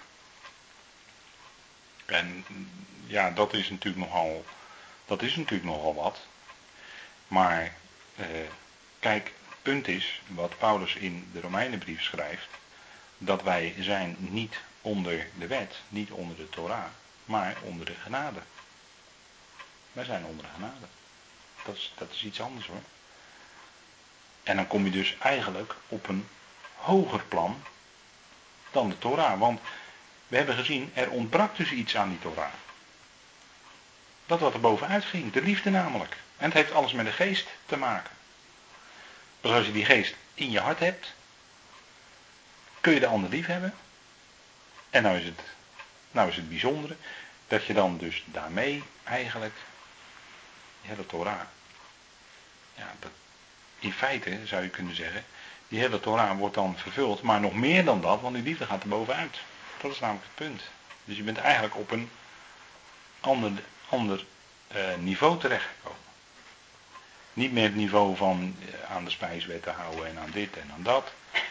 En ja, dat is natuurlijk nogal, dat is natuurlijk nogal wat. Maar eh, kijk, het punt is, wat Paulus in de Romeinenbrief schrijft, dat wij zijn niet onder de wet, niet onder de Torah, maar onder de genade. Wij zijn onder de genade. Dat is, dat is iets anders hoor. En dan kom je dus eigenlijk op een hoger plan dan de Torah. Want we hebben gezien, er ontbrak dus iets aan die Torah. Dat wat er bovenuit ging, de liefde namelijk. En het heeft alles met de geest te maken. Dus als je die geest in je hart hebt, kun je de ander lief hebben. En nou is het, nou is het bijzondere, dat je dan dus daarmee eigenlijk, die hele Torah, ja, dat, in feite zou je kunnen zeggen, die hele Torah wordt dan vervuld, maar nog meer dan dat, want die liefde gaat er bovenuit. Dat is namelijk het punt. Dus je bent eigenlijk op een ander, ander uh, niveau terechtgekomen. Niet meer het niveau van uh, aan de spijswetten houden en aan dit en aan dat.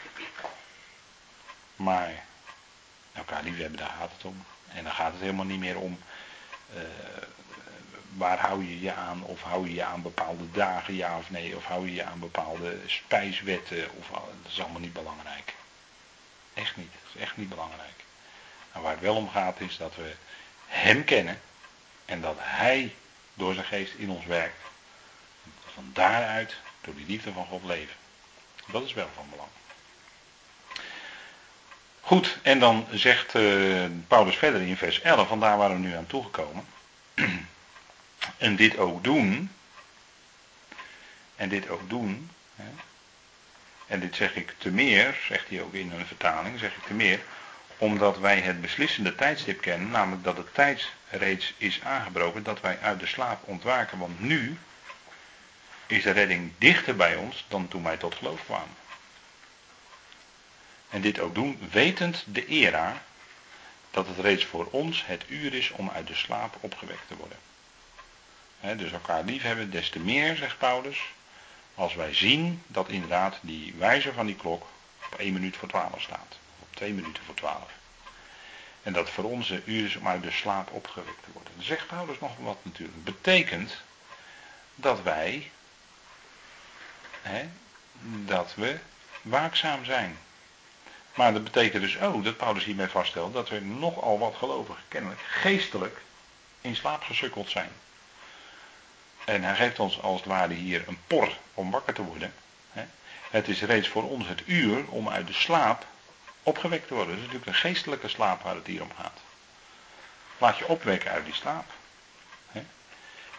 Maar elkaar lief hebben, daar gaat het om. En dan gaat het helemaal niet meer om uh, waar hou je je aan, of hou je je aan bepaalde dagen, ja of nee, of hou je je aan bepaalde spijswetten, of, dat is allemaal niet belangrijk. Echt niet, dat is echt niet belangrijk. En waar het wel om gaat is dat we Hem kennen en dat Hij door zijn geest in ons werkt. Van daaruit door die liefde van God leven. Dat is wel van belang. Goed, en dan zegt uh, Paulus verder in vers elf, vandaar waar we nu aan toegekomen. En dit ook doen. En dit ook doen. Hè, en dit zeg ik te meer, zegt hij ook in een vertaling, zeg ik te meer, omdat wij het beslissende tijdstip kennen, namelijk dat de tijd reeds is aangebroken, dat wij uit de slaap ontwaken. Want nu is de redding dichter bij ons dan toen wij tot geloof kwamen. En dit ook doen, wetend de era, dat het reeds voor ons het uur is om uit de slaap opgewekt te worden. He, dus elkaar lief hebben, des te meer, zegt Paulus, als wij zien dat inderdaad die wijzer van die klok op één minuut voor twaalf staat. Op twee minuten voor twaalf. En dat voor ons het uur is om uit de slaap opgewekt te worden. Dan zegt Paulus nog wat natuurlijk. Betekent dat wij, he, dat we waakzaam zijn. Maar dat betekent dus ook dat Paulus hiermee vaststelt dat er nogal wat gelovigen kennelijk geestelijk in slaap gesukkeld zijn. En hij geeft ons als het ware hier een por om wakker te worden. Het is reeds voor ons het uur om uit de slaap opgewekt te worden. Dat is natuurlijk een geestelijke slaap waar het hier om gaat. Laat je opwekken uit die slaap.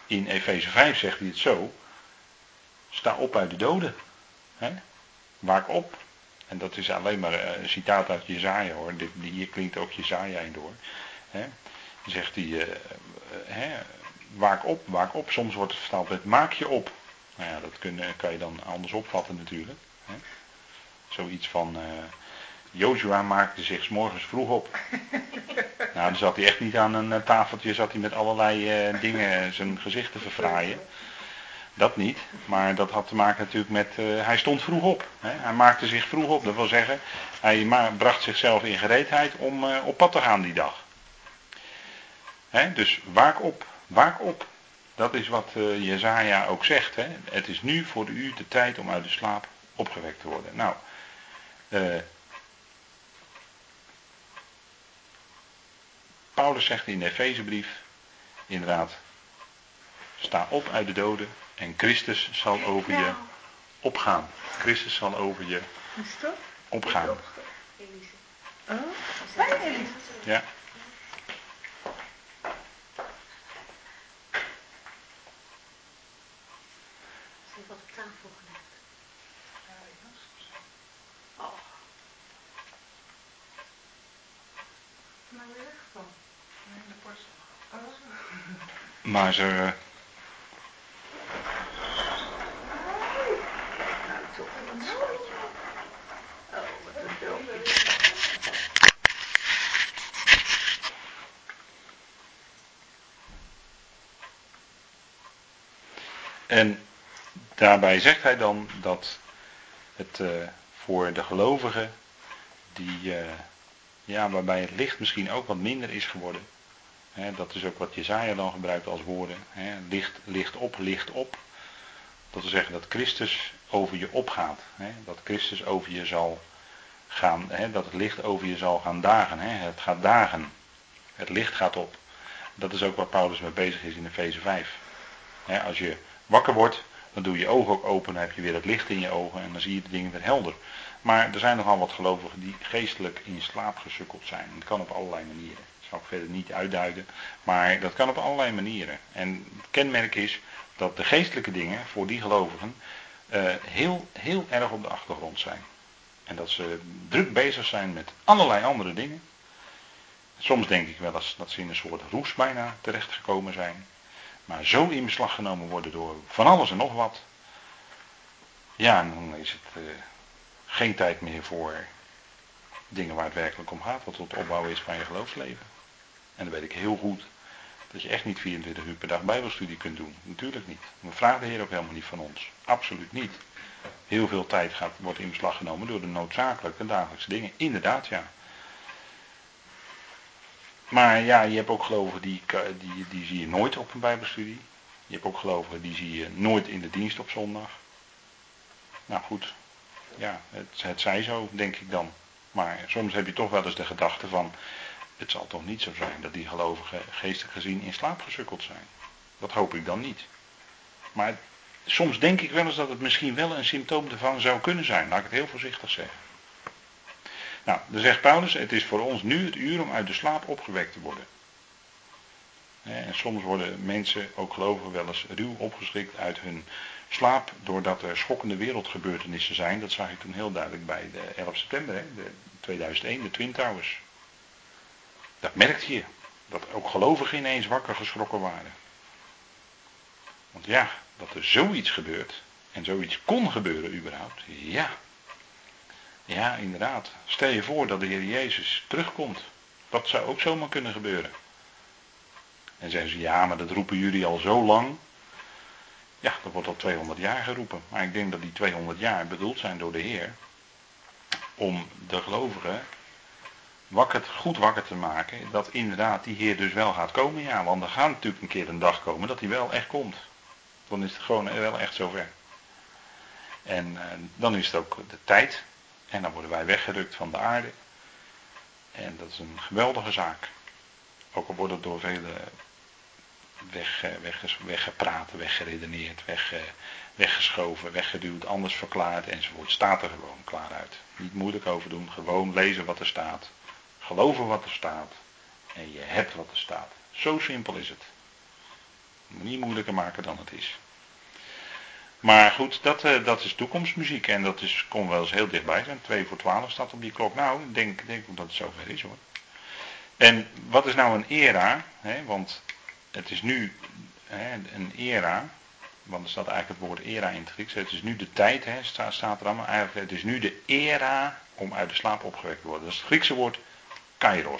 in Efeze vijf zegt hij het zo. Sta op uit de doden. Hè? Waak op. En dat is alleen maar een citaat uit Jesaja hoor. Dit, hier klinkt ook Jesaja in door. Hè? Dan zegt hij, uh, uh, hè, waak op, waak op. Soms wordt het vertaald met maak je op. Nou ja, dat kun, kan je dan anders opvatten natuurlijk. Hè? Zoiets van, uh, Joshua maakte zich 's morgens vroeg op. Nou, dan zat hij echt niet aan een tafeltje, zat hij met allerlei uh, dingen zijn gezicht te verfraaien. Dat niet, maar dat had te maken natuurlijk met, uh, hij stond vroeg op. Hè? Hij maakte zich vroeg op, dat wil zeggen, hij ma- bracht zichzelf in gereedheid om uh, op pad te gaan die dag. Hè? Dus waak op, waak op. Dat is wat uh, Jesaja ook zegt. Hè? Het is nu voor u de tijd om uit de slaap opgewekt te worden. Nou, uh, Paulus zegt in de Efezebrief, inderdaad, sta op uit de doden en Christus zal over je opgaan. Christus zal over je opgaan. Oh, hey. Ja. Ze heeft wat op tafel gelegd. Oh. Maar weer weggevallen. Nee, in de borstel. Oh. Maar ze... Nou, toch een schatje. Oh, wat een filmpje. En daarbij zegt hij dan dat het uh, voor de gelovigen, die, uh, ja, waarbij het licht misschien ook wat minder is geworden. Hè, dat is ook wat Jesaja dan gebruikt als woorden. Hè, licht, licht op, licht op. Dat wil zeggen dat Christus over je opgaat. Hè, dat Christus over je zal gaan, hè, dat het licht over je zal gaan dagen. Hè, het gaat dagen. Het licht gaat op. Dat is ook waar Paulus mee bezig is in Efeze vijf. Hè, als je wakker wordt, dan doe je je ogen ook open, dan heb je weer het licht in je ogen en dan zie je de dingen weer helder. Maar er zijn nogal wat gelovigen die geestelijk in slaap gesukkeld zijn. En dat kan op allerlei manieren. Dat zal ik verder niet uitduiden, maar dat kan op allerlei manieren. En het kenmerk is dat de geestelijke dingen voor die gelovigen uh, heel, heel erg op de achtergrond zijn. En dat ze druk bezig zijn met allerlei andere dingen. Soms denk ik wel eens dat ze in een soort roes bijna terechtgekomen zijn. Maar zo in beslag genomen worden door van alles en nog wat. Ja, en dan is het uh, geen tijd meer voor dingen waar het werkelijk om gaat. Wat tot opbouw is van je geloofsleven. En dan weet ik heel goed dat je echt niet vierentwintig uur per dag bijbelstudie kunt doen. Natuurlijk niet. Dat vraagt de Heer ook helemaal niet van ons. Absoluut niet. Heel veel tijd gaat, wordt in beslag genomen door de noodzakelijke dagelijkse dingen. Inderdaad, ja. Maar ja, je hebt ook gelovigen die, die, die zie je nooit op een bijbelstudie. Je hebt ook gelovigen die zie je nooit in de dienst op zondag. Nou goed, ja, het, het zij zo, denk ik dan. Maar soms heb je toch wel eens de gedachte van, het zal toch niet zo zijn dat die gelovigen geestelijk gezien in slaap gesukkeld zijn. Dat hoop ik dan niet. Maar soms denk ik wel eens dat het misschien wel een symptoom ervan zou kunnen zijn. Laat ik het heel voorzichtig zeggen. Nou, dan zegt Paulus, het is voor ons nu het uur om uit de slaap opgewekt te worden. En soms worden mensen, ook gelovigen, wel eens ruw opgeschrikt uit hun slaap, doordat er schokkende wereldgebeurtenissen zijn. Dat zag ik toen heel duidelijk bij de elf september, hè, de tweeduizend één, de Twin Towers. Dat merkte je, dat ook gelovigen ineens wakker geschrokken waren. Want ja, dat er zoiets gebeurt, en zoiets kon gebeuren überhaupt, ja. Ja, inderdaad. Stel je voor dat de Heer Jezus terugkomt. Dat zou ook zomaar kunnen gebeuren. En zeggen ze, ja, maar dat roepen jullie al zo lang. Ja, dat wordt al tweehonderd jaar geroepen. Maar ik denk dat die tweehonderd jaar bedoeld zijn door de Heer. Om de gelovigen wakker, goed wakker te maken. Dat inderdaad die Heer dus wel gaat komen. Ja, want er gaat natuurlijk een keer een dag komen dat hij wel echt komt. Dan is het gewoon wel echt zover. En uh, dan is het ook de tijd. En dan worden wij weggerukt van de aarde. En dat is een geweldige zaak. Ook al wordt het door velen weg, weg, weggepraat, weggeredeneerd, weg, weggeschoven, weggeduwd, anders verklaard enzovoort. Staat er gewoon klaar uit. Niet moeilijk over doen, gewoon lezen wat er staat. Geloven wat er staat. En je hebt wat er staat. Zo simpel is het. Moet niet moeilijker maken dan het is. Maar goed, dat, uh, dat is toekomstmuziek en dat is, kon wel eens heel dichtbij zijn. Twee voor twaalf staat op die klok. Nou, ik denk, denk dat het zover is hoor. En wat is nou een era? Hè? Want het is nu hè, een era, want er staat eigenlijk het woord era in het Grieks. Het is nu de tijd, hè, staat, staat er allemaal. Eigenlijk, het is nu de era om uit de slaap opgewekt te worden. Dat is het Griekse woord kairos.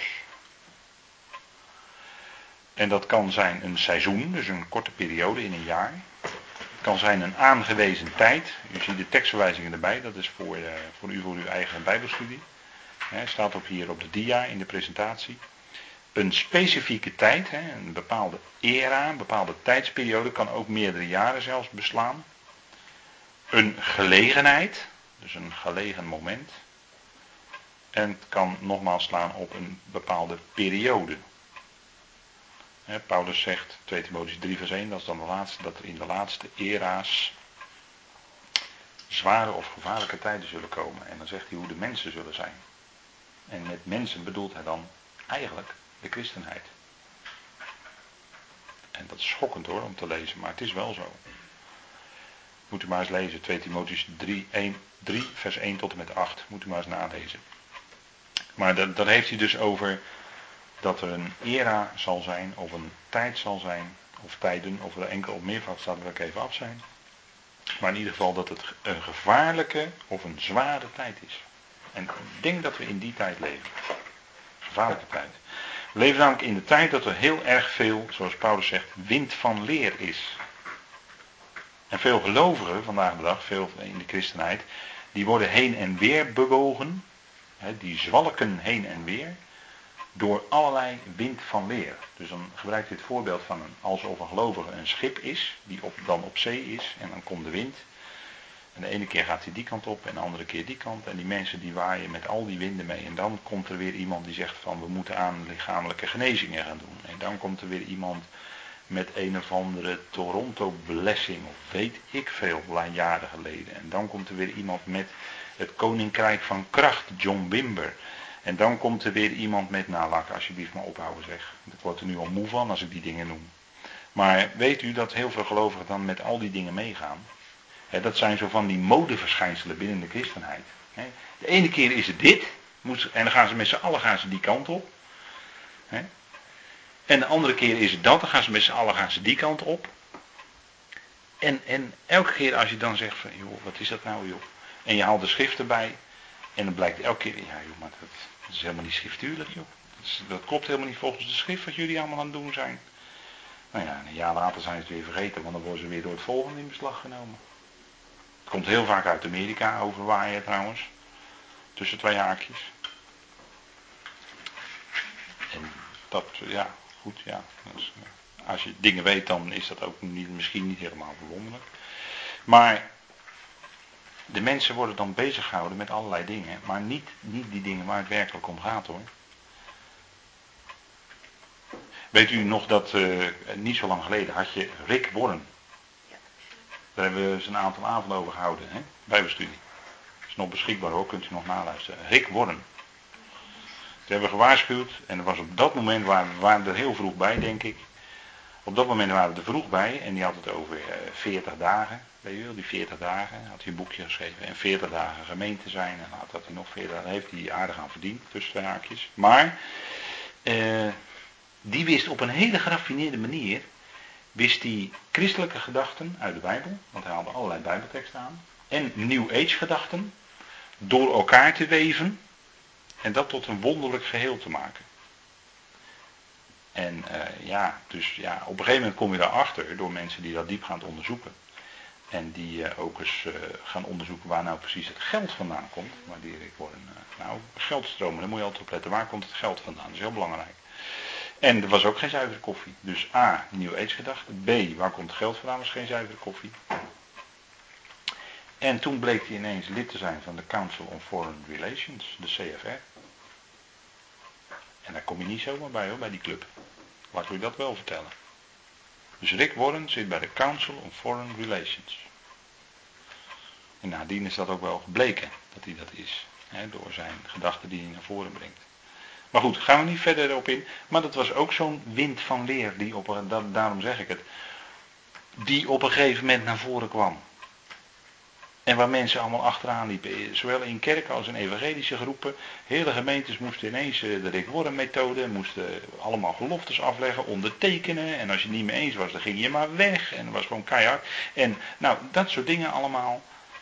En dat kan zijn een seizoen, dus een korte periode in een jaar. Het kan zijn een aangewezen tijd. U ziet de tekstverwijzingen erbij, dat is voor, uh, voor u voor uw eigen bijbelstudie. He, staat ook hier op de dia in de presentatie. Een specifieke tijd, he, een bepaalde era, een bepaalde tijdsperiode, kan ook meerdere jaren zelfs beslaan. Een gelegenheid, dus een gelegen moment. En het kan nogmaals slaan op een bepaalde periode. He, Paulus zegt, twee Timotheüs drie vers één, dat is dan de laatste, dat er in de laatste era's zware of gevaarlijke tijden zullen komen. En dan zegt hij hoe de mensen zullen zijn. En met mensen bedoelt hij dan eigenlijk de christenheid. En dat is schokkend hoor om te lezen, maar het is wel zo. Moet u maar eens lezen, twee Timotheüs drie vers één tot en met acht. Moet u maar eens nalezen. Maar dat, dat heeft hij dus over dat er een era zal zijn, of een tijd zal zijn, of tijden, of er enkel op meervoud staat, wil ik even af zijn. Maar in ieder geval dat het een gevaarlijke of een zware tijd is. En ik denk dat we in die tijd leven. Gevaarlijke tijd. We leven namelijk in de tijd dat er heel erg veel, zoals Paulus zegt, wind van leer is. En veel gelovigen vandaag de dag, veel in de christenheid, die worden heen en weer bewogen. Hè, die zwalken heen en weer. Door allerlei wind van leer. Dus dan gebruikt dit voorbeeld van een, alsof een gelovige een schip is, die op, dan op zee is, en dan komt de wind. En de ene keer gaat hij die kant op en de andere keer die kant. En die mensen die waaien met al die winden mee. En dan komt er weer iemand die zegt van we moeten aan lichamelijke genezingen gaan doen. En dan komt er weer iemand met een of andere Toronto blessing of weet ik veel, jaren geleden. En dan komt er weer iemand met het Koninkrijk van Kracht, John Wimber. En dan komt er weer iemand met, nou laat ik alsjeblieft maar ophouden zeg. Ik word er nu al moe van als ik die dingen noem. Maar weet u dat heel veel gelovigen dan met al die dingen meegaan? He, dat zijn zo van die modeverschijnselen binnen de christenheid. He, de ene keer is het dit, en dan gaan ze met z'n allen gaan ze die kant op. He. En de andere keer is het dat, dan gaan ze met z'n allen gaan ze die kant op. En, en elke keer als je dan zegt van, joh, wat is dat nou joh? En je haalt de schrift erbij, en dan blijkt elke keer, ja joh, maar dat, dat is helemaal niet schriftuurlijk joh. Dat, is, dat klopt helemaal niet volgens de schrift wat jullie allemaal aan het doen zijn. Nou ja, een jaar later zijn ze het weer vergeten, want dan worden ze weer door het volgende in beslag genomen. Het komt heel vaak uit Amerika, overwaaien trouwens. Tussen twee haakjes. En dat, ja, goed, ja. Dus, als je dingen weet, dan is dat ook niet, misschien niet helemaal verwonderlijk. Maar de mensen worden dan bezig gehouden met allerlei dingen. Maar niet, niet die dingen waar het werkelijk om gaat hoor. Weet u nog dat, uh, niet zo lang geleden had je Rick Warren. Daar hebben we eens een aantal avonden over gehouden, hè? Bijbelstudie. Dat is nog beschikbaar hoor, kunt u nog naluisteren. Rick Warren. Ze hebben gewaarschuwd en er was op dat moment, waren we waren er heel vroeg bij denk ik. Op dat moment waren we er vroeg bij en die had het over uh, veertig dagen. Weet je wel, die veertig dagen, had hij een boekje geschreven. En veertig dagen gemeente zijn en had, had hij nog veertig dagen, heeft hij aardig aan verdiend, tussen twee haakjes. Maar, uh, die wist op een hele geraffineerde manier, wist hij christelijke gedachten uit de Bijbel, want hij haalde allerlei Bijbelteksten aan, en New Age gedachten, door elkaar te weven en dat tot een wonderlijk geheel te maken. En uh, ja, dus ja, op een gegeven moment kom je daarachter door mensen die dat diep gaan onderzoeken. En die uh, ook eens uh, gaan onderzoeken waar nou precies het geld vandaan komt. Waar die Rick Warren, uh, nou, geldstromen, daar moet je altijd op letten. Waar komt het geld vandaan? Dat is heel belangrijk. En er was ook geen zuivere koffie. Dus A, New Age gedachten. B, waar komt het geld vandaan? Was geen zuivere koffie. En toen bleek hij ineens lid te zijn van de Council on Foreign Relations, de C F R. En daar kom je niet zomaar bij hoor, bij die club. Laat ik u dat wel vertellen. Dus Rick Warren zit bij de Council on Foreign Relations. En nadien is dat ook wel gebleken dat hij dat is. Hè, door zijn gedachten die hij naar voren brengt. Maar goed, gaan we niet verder op in. Maar dat was ook zo'n wind van leer die op, dat, daarom zeg ik het, die op een gegeven moment naar voren kwam. En waar mensen allemaal achteraan liepen, zowel in kerken als in evangelische groepen. Hele gemeentes moesten ineens de Rick Warren methode, moesten allemaal geloftes afleggen, ondertekenen. En als je het niet mee eens was, dan ging je maar weg. En dat was gewoon keihard. En nou, dat soort dingen allemaal.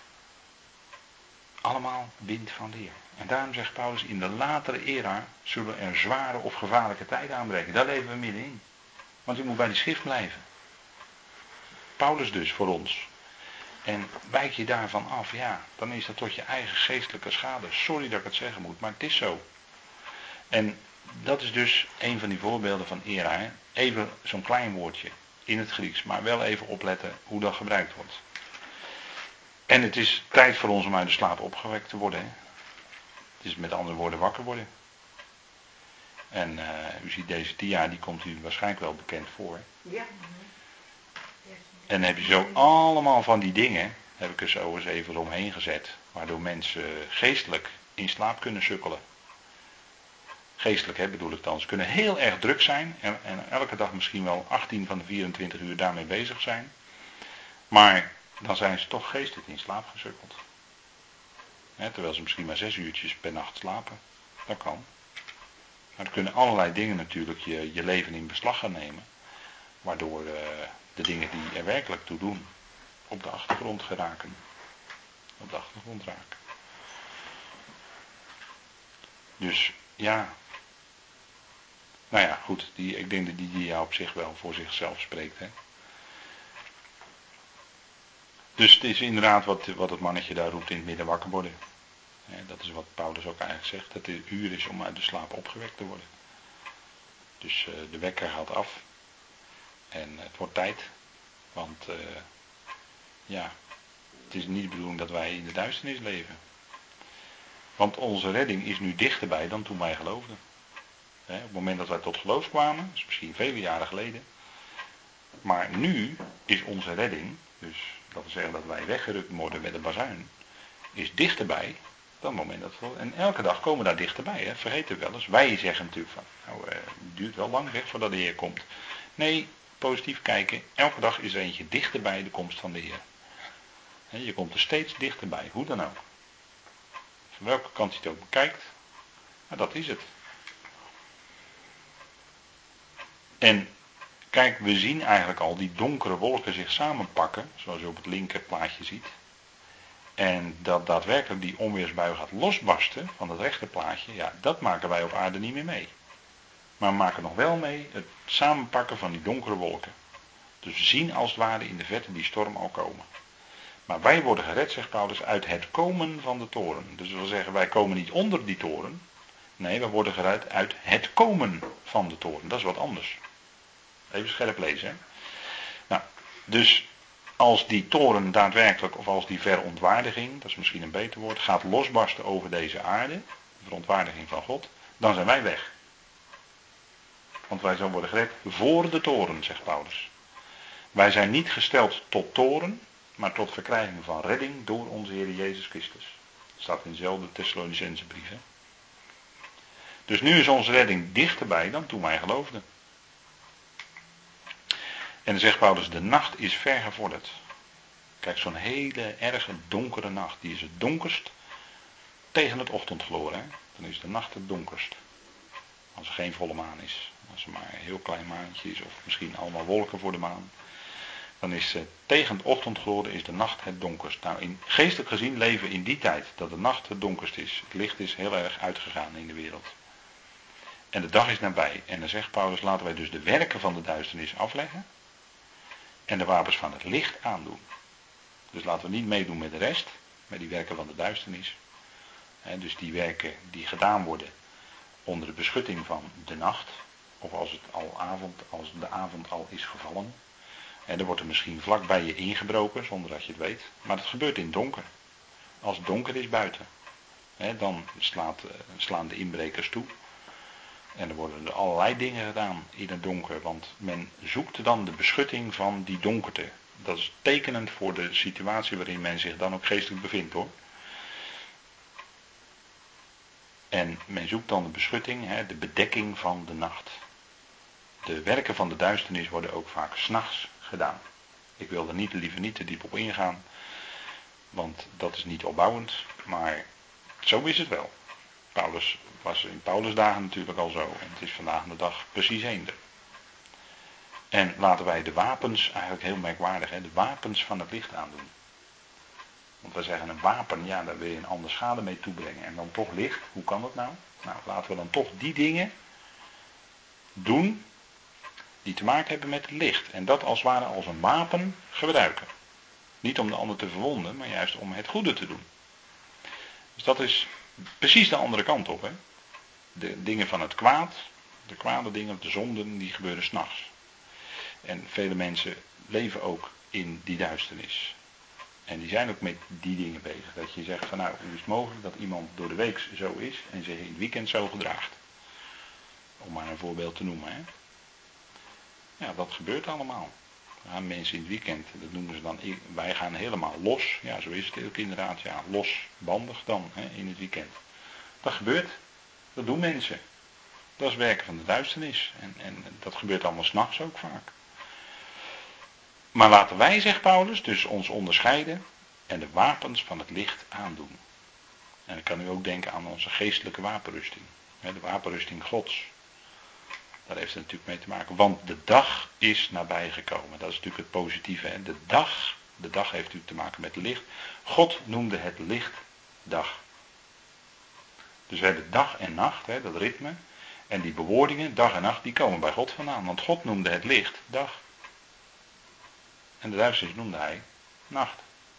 Allemaal wind van leer. En daarom zegt Paulus, in de latere era zullen er zware of gevaarlijke tijden aanbreken. Daar leven we middenin. Want je moet bij de schrift blijven. Paulus dus voor ons. En wijk je daarvan af, ja, dan is dat tot je eigen geestelijke schade. Sorry dat ik het zeggen moet, maar het is zo. En dat is dus een van die voorbeelden van era. Hè? Even zo'n klein woordje in het Grieks, maar wel even opletten hoe dat gebruikt wordt. En het is tijd voor ons om uit de slaap opgewekt te worden. Hè? Het is met andere woorden wakker worden. En uh, u ziet deze Tia, die komt u waarschijnlijk wel bekend voor. Hè? Ja. En dan heb je zo allemaal van die dingen, heb ik er zo eens even omheen gezet, waardoor mensen geestelijk in slaap kunnen sukkelen. Geestelijk hè, bedoel ik dan. Ze kunnen heel erg druk zijn en, en elke dag misschien wel achttien van de vierentwintig uur daarmee bezig zijn. Maar dan zijn ze toch geestelijk in slaap gesukkeld. Hè, terwijl ze misschien maar zes uurtjes per nacht slapen. Dat kan. Maar er kunnen allerlei dingen natuurlijk je, je leven in beslag gaan nemen. Waardoor uh, de dingen die er werkelijk toe doen op de achtergrond geraken. Op de achtergrond raken. Dus ja. Nou ja, goed. Die, ik denk dat die dia op zich wel voor zichzelf spreekt. Hè. Dus het is inderdaad wat, wat het mannetje daar roept in het midden wakker worden. Hè, dat is wat Paulus ook eigenlijk zegt. Dat het uur is om uit de slaap opgewekt te worden. Dus uh, de wekker gaat af. En het wordt tijd. Want uh, ja, het is niet de bedoeling dat wij in de duisternis leven. Want onze redding is nu dichterbij dan toen wij geloofden. He, op het moment dat wij tot geloof kwamen, dat is misschien vele jaren geleden. Maar nu is onze redding, dus dat wil zeggen dat wij weggerukt worden met een bazuin, is dichterbij dan het moment dat we... En elke dag komen we daar dichterbij, hè? Vergeet het wel eens. Wij zeggen natuurlijk van, nou, uh, het duurt wel lang weg voordat de Heer komt. Nee, positief kijken, elke dag is er eentje dichterbij de komst van de Heer. He, je komt er steeds dichterbij, hoe dan ook. Van welke kant je het ook bekijkt, nou, dat is het. En kijk, we zien eigenlijk al die donkere wolken zich samenpakken, zoals je op het linker plaatje ziet. En dat daadwerkelijk die onweersbui gaat losbarsten van het rechter plaatje, ja, dat maken wij op aarde niet meer mee. Maar we maken nog wel mee het samenpakken van die donkere wolken. Dus we zien als het ware in de verte die storm al komen. Maar wij worden gered, zegt Paulus, uit het komen van de toren. Dus dat wil zeggen, wij komen niet onder die toren. Nee, we worden gered uit het komen van de toren. Dat is wat anders. Even scherp lezen, hè. Nou, dus als die toren daadwerkelijk, of als die verontwaardiging, dat is misschien een beter woord, gaat losbarsten over deze aarde, de verontwaardiging van God, dan zijn wij weg. Want wij zullen worden gered voor de toren, zegt Paulus. Wij zijn niet gesteld tot toren, maar tot verkrijging van redding door onze Heer Jezus Christus. Dat staat in dezelfde Thessalonicense brief. Hè? Dus nu is onze redding dichterbij dan toen wij geloofden. En dan zegt Paulus, de nacht is ver gevorderd. Kijk, zo'n hele erge donkere nacht, die is het donkerst tegen het ochtendgloor. Hè? Dan is de nacht het donkerst. Als er geen volle maan is. Als er maar een heel klein maantje is, of misschien allemaal wolken voor de maan. Dan is uh, tegen het ochtendgloren is de nacht het donkerst. Nou, in, geestelijk gezien leven we in die tijd dat de nacht het donkerst is. Het licht is heel erg uitgegaan in de wereld. En de dag is nabij. En dan zegt Paulus, laten wij dus de werken van de duisternis afleggen. En de wapens van het licht aandoen. Dus laten we niet meedoen met de rest. Met die werken van de duisternis. He, dus die werken die gedaan worden onder de beschutting van de nacht. Of als het al avond, als de avond al is gevallen. En dan wordt er misschien vlak bij je ingebroken, zonder dat je het weet. Maar het gebeurt in het donker. Als het donker is buiten. Hè, dan slaat, slaan de inbrekers toe. En er worden er allerlei dingen gedaan in het donker. Want men zoekt dan de beschutting van die donkerte. Dat is tekenend voor de situatie waarin men zich dan ook geestelijk bevindt, hoor. En men zoekt dan de beschutting, hè, de bedekking van de nacht. De werken van de duisternis worden ook vaak 's nachts gedaan. Ik wil er niet, liever niet te diep op ingaan, want dat is niet opbouwend, maar zo is het wel. Paulus was in Paulus' dagen natuurlijk al zo, en het is vandaag de dag precies eender. En laten wij de wapens, eigenlijk heel merkwaardig, hè, de wapens van het licht aandoen. Want wij zeggen een wapen, ja, daar wil je een ander schade mee toebrengen. En dan toch licht, hoe kan dat nou? Nou, laten we dan toch die dingen doen die te maken hebben met het licht. En dat als het ware als een wapen gebruiken. Niet om de ander te verwonden, maar juist om het goede te doen. Dus dat is precies de andere kant op. Hè? De dingen van het kwaad, de kwade dingen, de zonden, die gebeuren 's nachts. En vele mensen leven ook in die duisternis. En die zijn ook met die dingen bezig. Dat je zegt van nou, hoe is het mogelijk dat iemand door de week zo is en zich in het weekend zo gedraagt. Om maar een voorbeeld te noemen. Hè? Ja, dat gebeurt allemaal. Dan gaan mensen in het weekend, dat noemen ze dan, wij gaan helemaal los. Ja, zo is het ook inderdaad. Ja, losbandig dan hè, in het weekend. Dat gebeurt. Dat doen mensen. Dat is werken van de duisternis. En, en dat gebeurt allemaal 's nachts ook vaak. Maar laten wij, zegt Paulus, dus ons onderscheiden en de wapens van het licht aandoen. En dan kan u ook denken aan onze geestelijke wapenrusting. De wapenrusting Gods. Daar heeft het natuurlijk mee te maken. Want de dag is nabijgekomen. Dat is natuurlijk het positieve. Hè? De dag, de dag heeft natuurlijk te maken met licht. God noemde het licht dag. Dus we hebben dag en nacht, hè, dat ritme. En die bewoordingen, dag en nacht, die komen bij God vandaan. Want God noemde het licht dag. En de duisternis noemde hij nacht.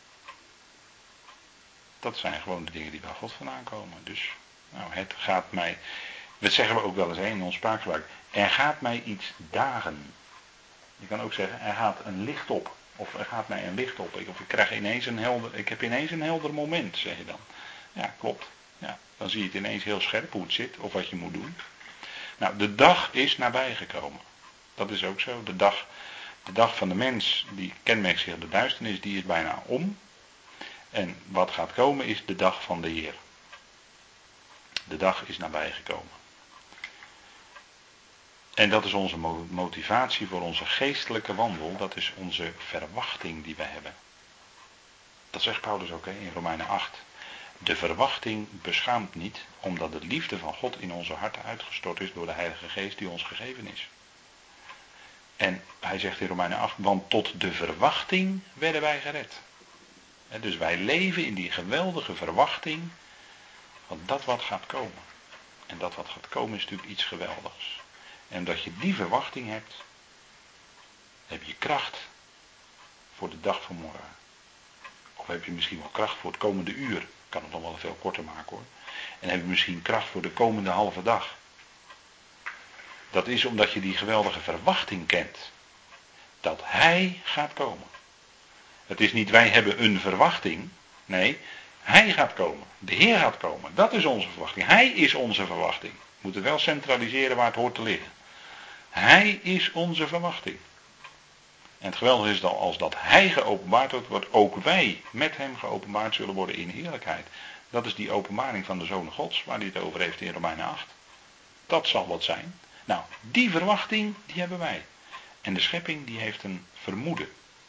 Dat zijn gewoon de dingen die bij God vandaan komen. Dus, nou, het gaat mij, dat zeggen we ook wel eens hè, in ons spraakgebruik. Er gaat mij iets dagen. Je kan ook zeggen, er gaat een licht op. Of er gaat mij een licht op. Of ik krijg ineens een helder, ik heb ineens een helder moment, zeg je dan. Ja, klopt. Ja, dan zie je het ineens heel scherp hoe het zit, of wat je moet doen. Nou, de dag is nabijgekomen. Dat is ook zo. De dag, de dag van de mens, die kenmerkt zich de duisternis, die is bijna om. En wat gaat komen is de dag van de Heer. De dag is nabijgekomen. En dat is onze motivatie voor onze geestelijke wandel. Dat is onze verwachting die we hebben. Dat zegt Paulus ook hè, in Romeinen acht. De verwachting beschaamt niet, omdat de liefde van God in onze harten uitgestort is door de Heilige Geest die ons gegeven is. En hij zegt in Romeinen acht, want tot de verwachting werden wij gered. En dus wij leven in die geweldige verwachting van dat wat gaat komen. En dat wat gaat komen is natuurlijk iets geweldigs. En omdat je die verwachting hebt, heb je kracht voor de dag van morgen. Of heb je misschien wel kracht voor het komende uur. Ik kan het nog wel veel korter maken hoor. En heb je misschien kracht voor de komende halve dag. Dat is omdat je die geweldige verwachting kent. Dat hij gaat komen. Het is niet wij hebben een verwachting. Nee, hij gaat komen. De Heer gaat komen. Dat is onze verwachting. Hij is onze verwachting. We moeten wel centraliseren waar het hoort te liggen. Hij is onze verwachting. En het geweldige is dat als dat hij geopenbaard wordt, wordt ook wij met hem geopenbaard zullen worden in heerlijkheid. Dat is die openbaring van de Zoon Gods, waar hij het over heeft in Romeinen acht. Dat zal wat zijn. Nou, die verwachting, die hebben wij. En de schepping, die heeft een vermoeden.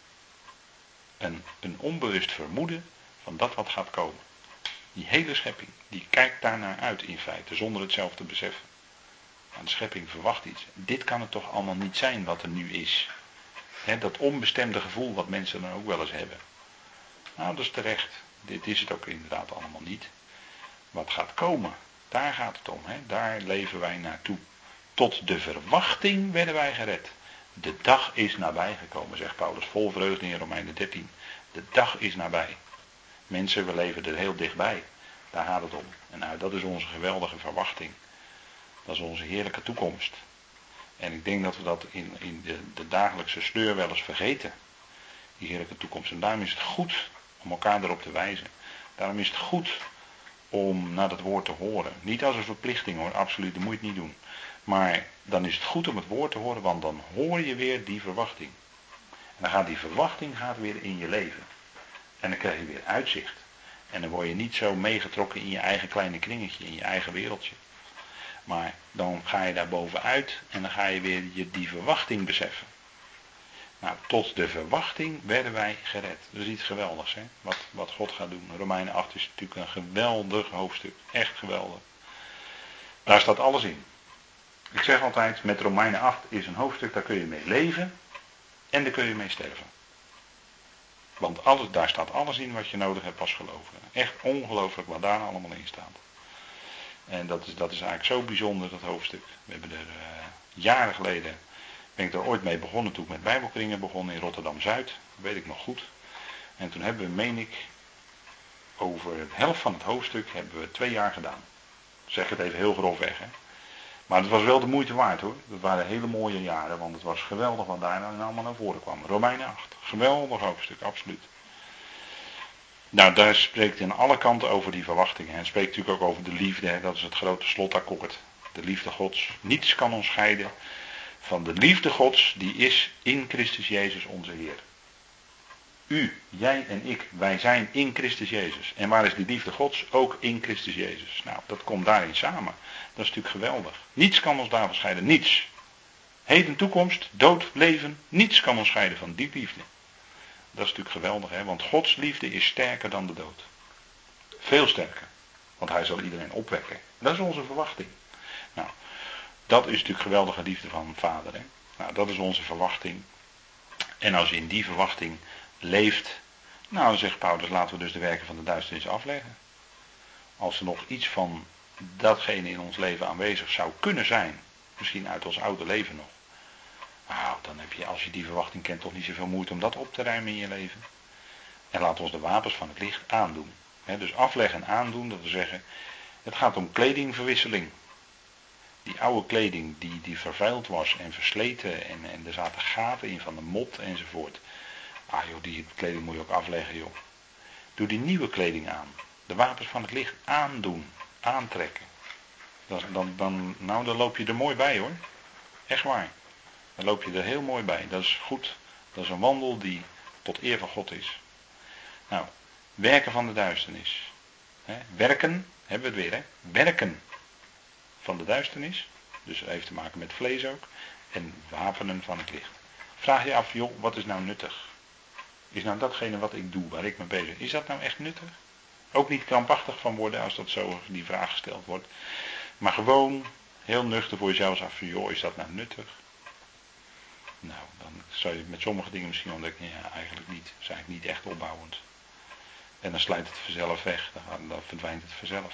Een, een onbewust vermoeden van dat wat gaat komen. Die hele schepping, die kijkt daarnaar uit in feite, zonder het zelf te beseffen. Maar de schepping verwacht iets. Dit kan het toch allemaal niet zijn wat er nu is. He, dat onbestemde gevoel wat mensen dan ook wel eens hebben. Nou, dat is terecht. Dit is het ook inderdaad allemaal niet. Wat gaat komen, daar gaat het om. He. Daar leven wij naartoe. Tot de verwachting werden wij gered. De dag is nabijgekomen, zegt Paulus vol vreugde in Romeinen dertien. De dag is nabij. Mensen, we leven er heel dichtbij. Daar gaat het om. En nou, dat is onze geweldige verwachting. Dat is onze heerlijke toekomst. En ik denk dat we dat in, in de, de dagelijkse sleur wel eens vergeten. Die heerlijke toekomst. En daarom is het goed om elkaar erop te wijzen. Daarom is het goed om naar dat woord te horen. Niet als een verplichting hoor, absoluut, dat moet je het niet doen. Maar dan is het goed om het woord te horen, want dan hoor je weer die verwachting. En dan gaat die verwachting gaat weer in je leven. En dan krijg je weer uitzicht. En dan word je niet zo meegetrokken in je eigen kleine kringetje, in je eigen wereldje. Maar dan ga je daar bovenuit en dan ga je weer je die verwachting beseffen. Nou, tot de verwachting werden wij gered. Dat is iets geweldigs, hè? Wat, wat God gaat doen. Romeinen acht is natuurlijk een geweldig hoofdstuk. Echt geweldig. Daar staat alles in. Ik zeg altijd, met Romeinen acht is een hoofdstuk, daar kun je mee leven en daar kun je mee sterven. Want alles, daar staat alles in wat je nodig hebt als gelovige. Echt ongelooflijk wat daar allemaal in staat. En dat is, dat is eigenlijk zo bijzonder, dat hoofdstuk. We hebben er uh, jaren geleden, ben ik er ooit mee begonnen toen ik met Bijbelkringen begon in Rotterdam-Zuid. Dat weet ik nog goed. En toen hebben we, meen ik, over de helft van het hoofdstuk hebben we twee jaar gedaan. Ik zeg het even heel grofweg, hè. Maar het was wel de moeite waard, hoor. Dat waren hele mooie jaren, want het was geweldig wat daar nou allemaal naar voren kwam. Romeinen acht, geweldig hoofdstuk, absoluut. Nou, daar spreekt hij aan alle kanten over die verwachtingen. En spreekt natuurlijk ook over de liefde, hè. Dat is het grote slotakkoord. De liefde Gods. Niets kan ons scheiden van de liefde Gods, die is in Christus Jezus onze Heer. U, jij en ik, wij zijn in Christus Jezus. En waar is die liefde Gods? Ook in Christus Jezus. Nou, dat komt daarin samen. Dat is natuurlijk geweldig. Niets kan ons daarvan scheiden. Niets. Heden, toekomst, dood, leven. Niets kan ons scheiden van die liefde. Dat is natuurlijk geweldig, hè? Want Gods liefde is sterker dan de dood. Veel sterker. Want hij zal iedereen opwekken. Dat is onze verwachting. Nou, dat is natuurlijk geweldige liefde van Vader, hè? Nou, dat is onze verwachting. En als je in die verwachting leeft, nou, dan zegt Paulus, laten we dus de werken van de duisternis afleggen. Als er nog iets van datgene in ons leven aanwezig zou kunnen zijn, misschien uit ons oude leven nog, nou, dan heb je, als je die verwachting kent, toch niet zoveel moeite om dat op te ruimen in je leven. En laat ons de wapens van het licht aandoen. He, dus afleggen en aandoen, dat wil zeggen, het gaat om kledingverwisseling. Die oude kleding die, die vervuild was en versleten en, en er zaten gaten in van de mot enzovoort. Ah joh, die kleding moet je ook afleggen, joh. Doe die nieuwe kleding aan. De wapens van het licht aandoen, aantrekken. Dan, dan, dan, nou, dan loop je er mooi bij, hoor. Echt waar. Dan loop je er heel mooi bij. Dat is goed. Dat is een wandel die tot eer van God is. Nou, werken van de duisternis. He, werken, hebben we het weer, hè. Werken van de duisternis. Dus dat heeft te maken met vlees ook. En wapenen van het licht. Vraag je af, joh, wat is nou nuttig? Is nou datgene wat ik doe, waar ik mee bezig ben, is dat nou echt nuttig? Ook niet krampachtig van worden als dat zo die vraag gesteld wordt. Maar gewoon heel nuchter voor jezelf af, joh, is dat nou nuttig? Nou, dan zou je met sommige dingen misschien ontdekken, ja, eigenlijk niet. Dat is eigenlijk niet echt opbouwend. En dan slijt het vanzelf weg, dan, dan verdwijnt het vanzelf.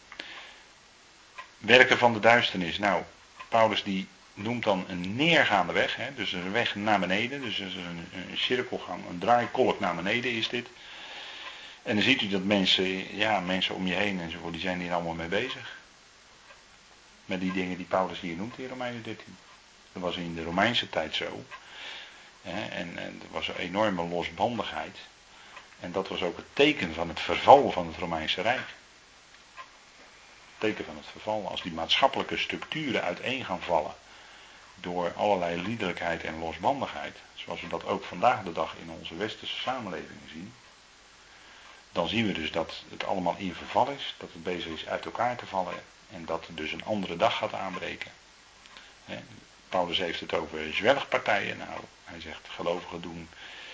Werken van de duisternis. Nou, Paulus die noemt dan een neergaande weg, hè? Dus een weg naar beneden, dus een, een cirkelgang, een draaikolk naar beneden is dit. En dan ziet u dat mensen, ja, mensen om je heen enzovoort, die zijn hier allemaal mee bezig. Met die dingen die Paulus hier noemt in Romeinen dertien. Dat was in de Romeinse tijd zo. Hè? En, en er was een enorme losbandigheid. En dat was ook het teken van het verval van het Romeinse Rijk. Het teken van het verval. Als die maatschappelijke structuren uiteen gaan vallen. Door allerlei liederlijkheid en losbandigheid. Zoals we dat ook vandaag de dag in onze westerse samenlevingen zien. Dan zien we dus dat het allemaal in verval is. Dat het bezig is uit elkaar te vallen. En dat er dus een andere dag gaat aanbreken. He, Paulus heeft het over zwelgpartijen. Nou, hij zegt gelovigen doen.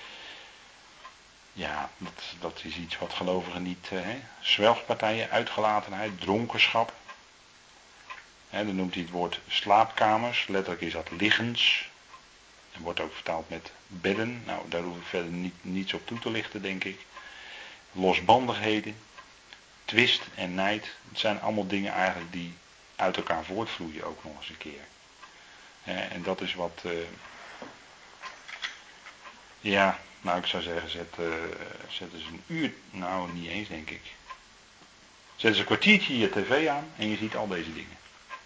Ja, dat, dat is iets wat gelovigen niet. He, zwelgpartijen, uitgelatenheid, dronkenschap. He, dan noemt hij het woord slaapkamers. Letterlijk is dat liggens. En wordt ook vertaald met bedden. Nou, daar hoef ik verder niet, niets op toe te lichten, denk ik. Losbandigheden, twist en nijd. Het zijn allemaal dingen eigenlijk die uit elkaar voortvloeien ook nog eens een keer. He, en dat is wat... Uh, ja, nou ik zou zeggen, zet, uh, zet eens een uur... Nou, niet eens denk ik. Zet eens een kwartiertje je tv aan en je ziet al deze dingen.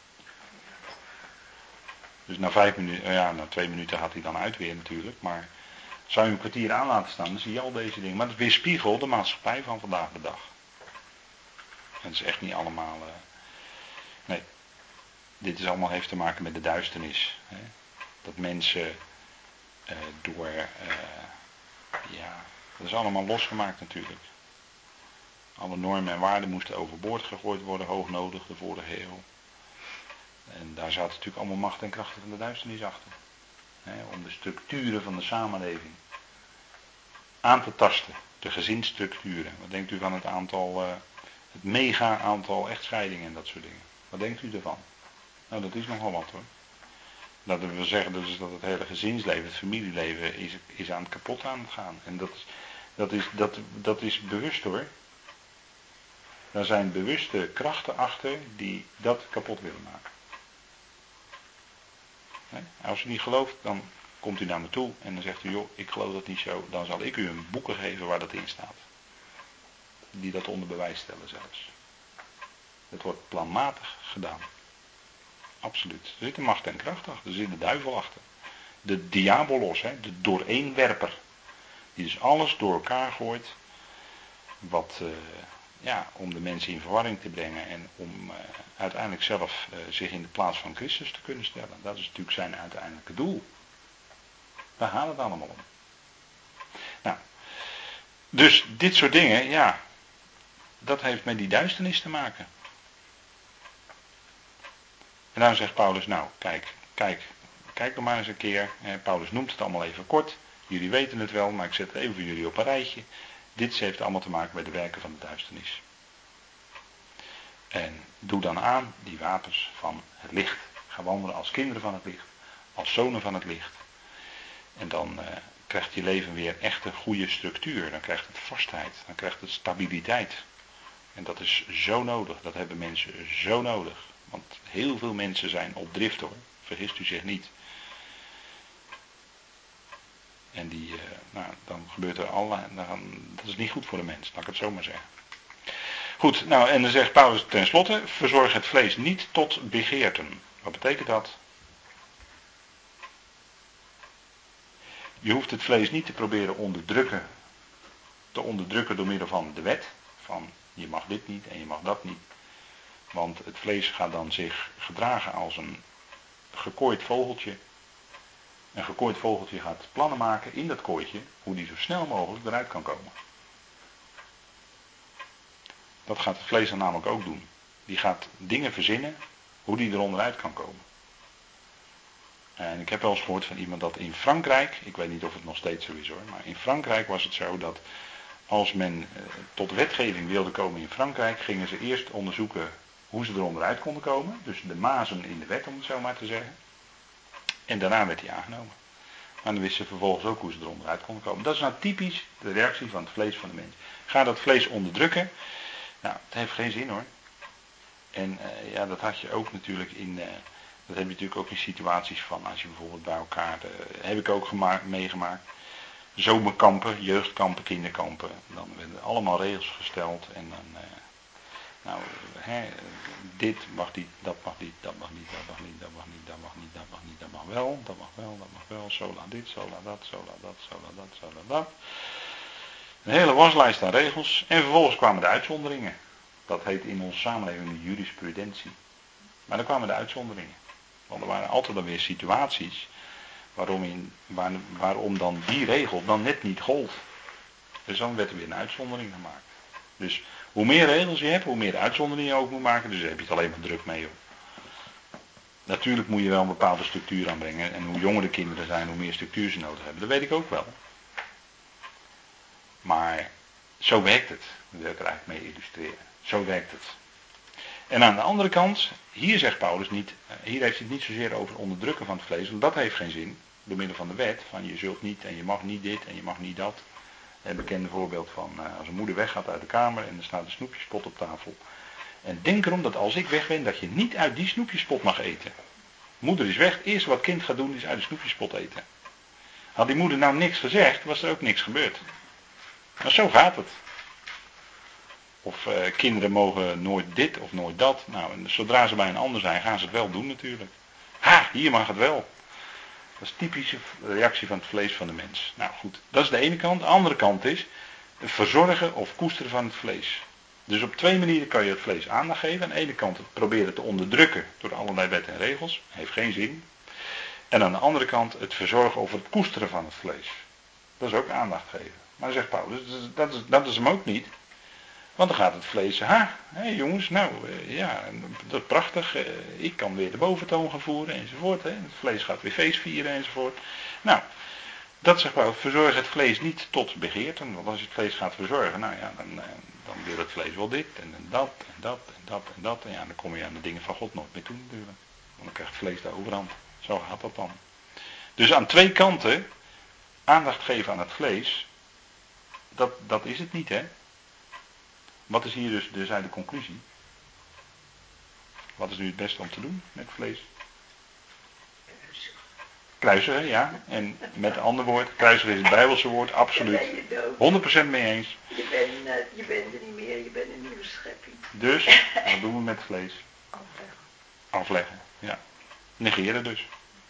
Dus na vijf minuten, ja, na twee minuten gaat hij dan uit weer natuurlijk. Maar zou je een kwartier aan laten staan, dan zie je al deze dingen. Maar het weerspiegelt de maatschappij van vandaag de dag. En het is echt niet allemaal... Uh, nee, dit is allemaal heeft te maken met de duisternis. Hè? Dat mensen uh, door... Uh, ja, dat is allemaal losgemaakt natuurlijk. Alle normen en waarden moesten overboord gegooid worden, hoognodig, de vorige eeuw. En daar zaten natuurlijk allemaal macht en krachten van de duisternis achter. Hè, om de structuren van de samenleving aan te tasten. De gezinsstructuren. Wat denkt u van het aantal, uh, het mega aantal echtscheidingen en dat soort dingen? Wat denkt u ervan? Nou, dat is nogal wat hoor. Dat wil zeggen dus dat het hele gezinsleven, het familieleven is, is aan het kapot aan het gaan. En dat, dat, is, dat, dat is bewust hoor. Daar zijn bewuste krachten achter die dat kapot willen maken. Nee? Als u niet gelooft, dan komt u naar me toe en dan zegt u, joh, ik geloof dat niet zo. Dan zal ik u een boeken geven waar dat in staat. Die dat onder bewijs stellen zelfs. Het wordt planmatig gedaan. Absoluut. Er zit een macht en kracht achter. Er zit de duivel achter. De diabolos, hè, de dooreenwerper. Die dus alles door elkaar gooit. Wat, uh, ja, om de mensen in verwarring te brengen. En om uh, uiteindelijk zelf uh, zich in de plaats van Christus te kunnen stellen. Dat is natuurlijk zijn uiteindelijke doel. Daar gaat het allemaal om. Nou. Dus dit soort dingen, ja. Dat heeft met die duisternis te maken. En dan zegt Paulus, nou, kijk, kijk, kijk nog maar eens een keer. Paulus noemt het allemaal even kort. Jullie weten het wel, maar ik zet het even voor jullie op een rijtje. Dit heeft allemaal te maken met de werken van de duisternis. En doe dan aan die wapens van het licht. Ga wandelen als kinderen van het licht. Als zonen van het licht. En dan uh, krijgt je leven weer echt een goede structuur. Dan krijgt het vastheid. Dan krijgt het stabiliteit. En dat is zo nodig. Dat hebben mensen zo nodig. Want heel veel mensen zijn op drift hoor. Vergist u zich niet. En die, uh, nou, dan gebeurt er allerlei. Dan, dat is niet goed voor de mens, laat ik het zo maar zeggen. Goed, nou en dan zegt Paulus tenslotte. Verzorg het vlees niet tot begeerten. Wat betekent dat? Je hoeft het vlees niet te proberen onderdrukken. Te onderdrukken door middel van de wet. Van je mag dit niet en je mag dat niet. Want het vlees gaat dan zich gedragen als een gekooid vogeltje. Een gekooid vogeltje gaat plannen maken in dat kooitje. Hoe die zo snel mogelijk eruit kan komen. Dat gaat het vlees dan namelijk ook doen. Die gaat dingen verzinnen hoe die er onderuit kan komen. En ik heb wel eens gehoord van iemand dat in Frankrijk. Ik weet niet of het nog steeds zo is hoor. Maar in Frankrijk was het zo dat als men eh, tot wetgeving wilde komen in Frankrijk. Gingen ze eerst onderzoeken hoe ze er onderuit konden komen. Dus de mazen in de wet om het zo maar te zeggen. En daarna werd die aangenomen. Maar dan wisten ze vervolgens ook hoe ze er onderuit konden komen. Dat is nou typisch de reactie van het vlees van de mens. Ga dat vlees onderdrukken. Nou, het heeft geen zin hoor. En uh, ja, dat had je ook natuurlijk in... Uh, dat heb je natuurlijk ook in situaties van als je bijvoorbeeld bij elkaar... Uh, heb ik ook gemaakt, meegemaakt. Zomerkampen, jeugdkampen, kinderkampen. Dan werden allemaal regels gesteld. En dan... Uh, nou, hè, dit mag niet, dat mag niet, dat mag niet, dat mag niet, dat mag niet, dat mag niet, dat mag niet, dat mag wel, dat mag wel, dat mag wel, zo laat dit, zo laat dat, zo laat dat, zo laat dat, zo laat dat. Een hele waslijst aan regels en vervolgens kwamen de uitzonderingen. Dat heet in onze samenleving de jurisprudentie. Maar dan kwamen de uitzonderingen. Want er waren altijd dan weer situaties waarom, in, waar, waarom dan die regel dan net niet gold. Dus dan werd er weer een uitzondering gemaakt. Dus hoe meer regels je hebt, hoe meer uitzonderingen je ook moet maken. Dus daar heb je het alleen maar druk mee. Joh. Natuurlijk moet je wel een bepaalde structuur aanbrengen. En hoe jonger de kinderen zijn, hoe meer structuur ze nodig hebben. Dat weet ik ook wel. Maar zo werkt het. Dat wil ik er eigenlijk mee illustreren. Zo werkt het. En aan de andere kant, hier zegt Paulus niet, hier heeft hij het niet zozeer over het onderdrukken van het vlees. Want dat heeft geen zin. Door middel van de wet. Van je zult niet en je mag niet dit en je mag niet dat. Een bekende voorbeeld van uh, als een moeder weggaat uit de kamer en er staat een snoepjespot op tafel. En denk erom dat als ik weg ben, dat je niet uit die snoepjespot mag eten. Moeder is weg, het eerste wat kind gaat doen is uit de snoepjespot eten. Had die moeder nou niks gezegd, was er ook niks gebeurd. Maar zo gaat het. Of uh, kinderen mogen nooit dit of nooit dat. Nou, en zodra ze bij een ander zijn, gaan ze het wel doen natuurlijk. Ha, hier mag het wel. Dat is een typische reactie van het vlees van de mens. Nou goed, dat is de ene kant. De andere kant is verzorgen of koesteren van het vlees. Dus op twee manieren kan je het vlees aandacht geven. Aan de ene kant het proberen te onderdrukken door allerlei wetten en regels. Heeft geen zin. En aan de andere kant het verzorgen of het koesteren van het vlees. Dat is ook aandacht geven. Maar dan zegt Paulus, dat is, dat is hem ook niet. Want dan gaat het vlees, ha, hé jongens, nou uh, ja, dat is prachtig. Uh, ik kan weer de boventoon gaan voeren enzovoort. Hè. Het vlees gaat weer feest vieren enzovoort. Nou, dat zegt Paulus, verzorg het vlees niet tot begeerten. Want als je het vlees gaat verzorgen, nou ja, dan, uh, dan wil het vlees wel dit en, en dat en dat en dat en dat. En ja, dan kom je aan de dingen van God nooit meer toe natuurlijk. Want dan krijgt het vlees de overhand. Zo gaat dat dan. Dus aan twee kanten aandacht geven aan het vlees, dat, dat is het niet, hè. Wat is hier dus, dus uit de conclusie? Wat is nu het beste om te doen met vlees? Kruisigen, ja. En met een ander woord, kruisigen is het Bijbelse woord, absoluut. honderd procent mee eens. Je bent, uh, je bent er niet meer, je bent een nieuwe schepping. Dus, wat doen we met vlees? Afleggen. Afleggen, ja. Negeren dus.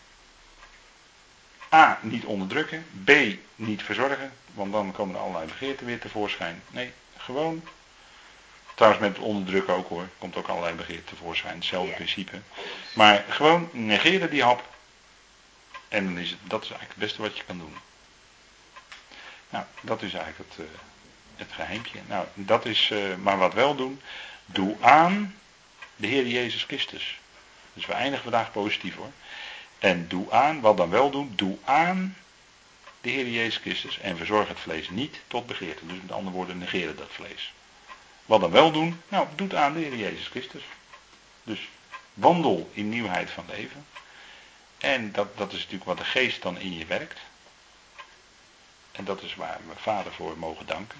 A, niet onderdrukken. B, niet verzorgen. Want dan komen er allerlei begeerten weer tevoorschijn. Nee, gewoon. Trouwens met het onderdrukken ook hoor. Komt ook allerlei begeerten tevoorschijn. Hetzelfde ja. principe. Maar gewoon negeren die hap. En dan is het, dat is eigenlijk het beste wat je kan doen. Nou, dat is eigenlijk het, uh, het geheimpje. Nou, dat is, uh, maar wat wel doen. Doe aan de Heer Jezus Christus. Dus we eindigen vandaag positief hoor. En doe aan, wat dan wel doen, doe aan de Heer Jezus Christus en verzorg het vlees niet tot begeerte. Dus met andere woorden, negeren dat vlees. Wat dan wel doen, nou, doe het aan de Heer Jezus Christus. Dus wandel in nieuwheid van leven. En dat, dat is natuurlijk wat de geest dan in je werkt. En dat is waar we Vader voor mogen danken.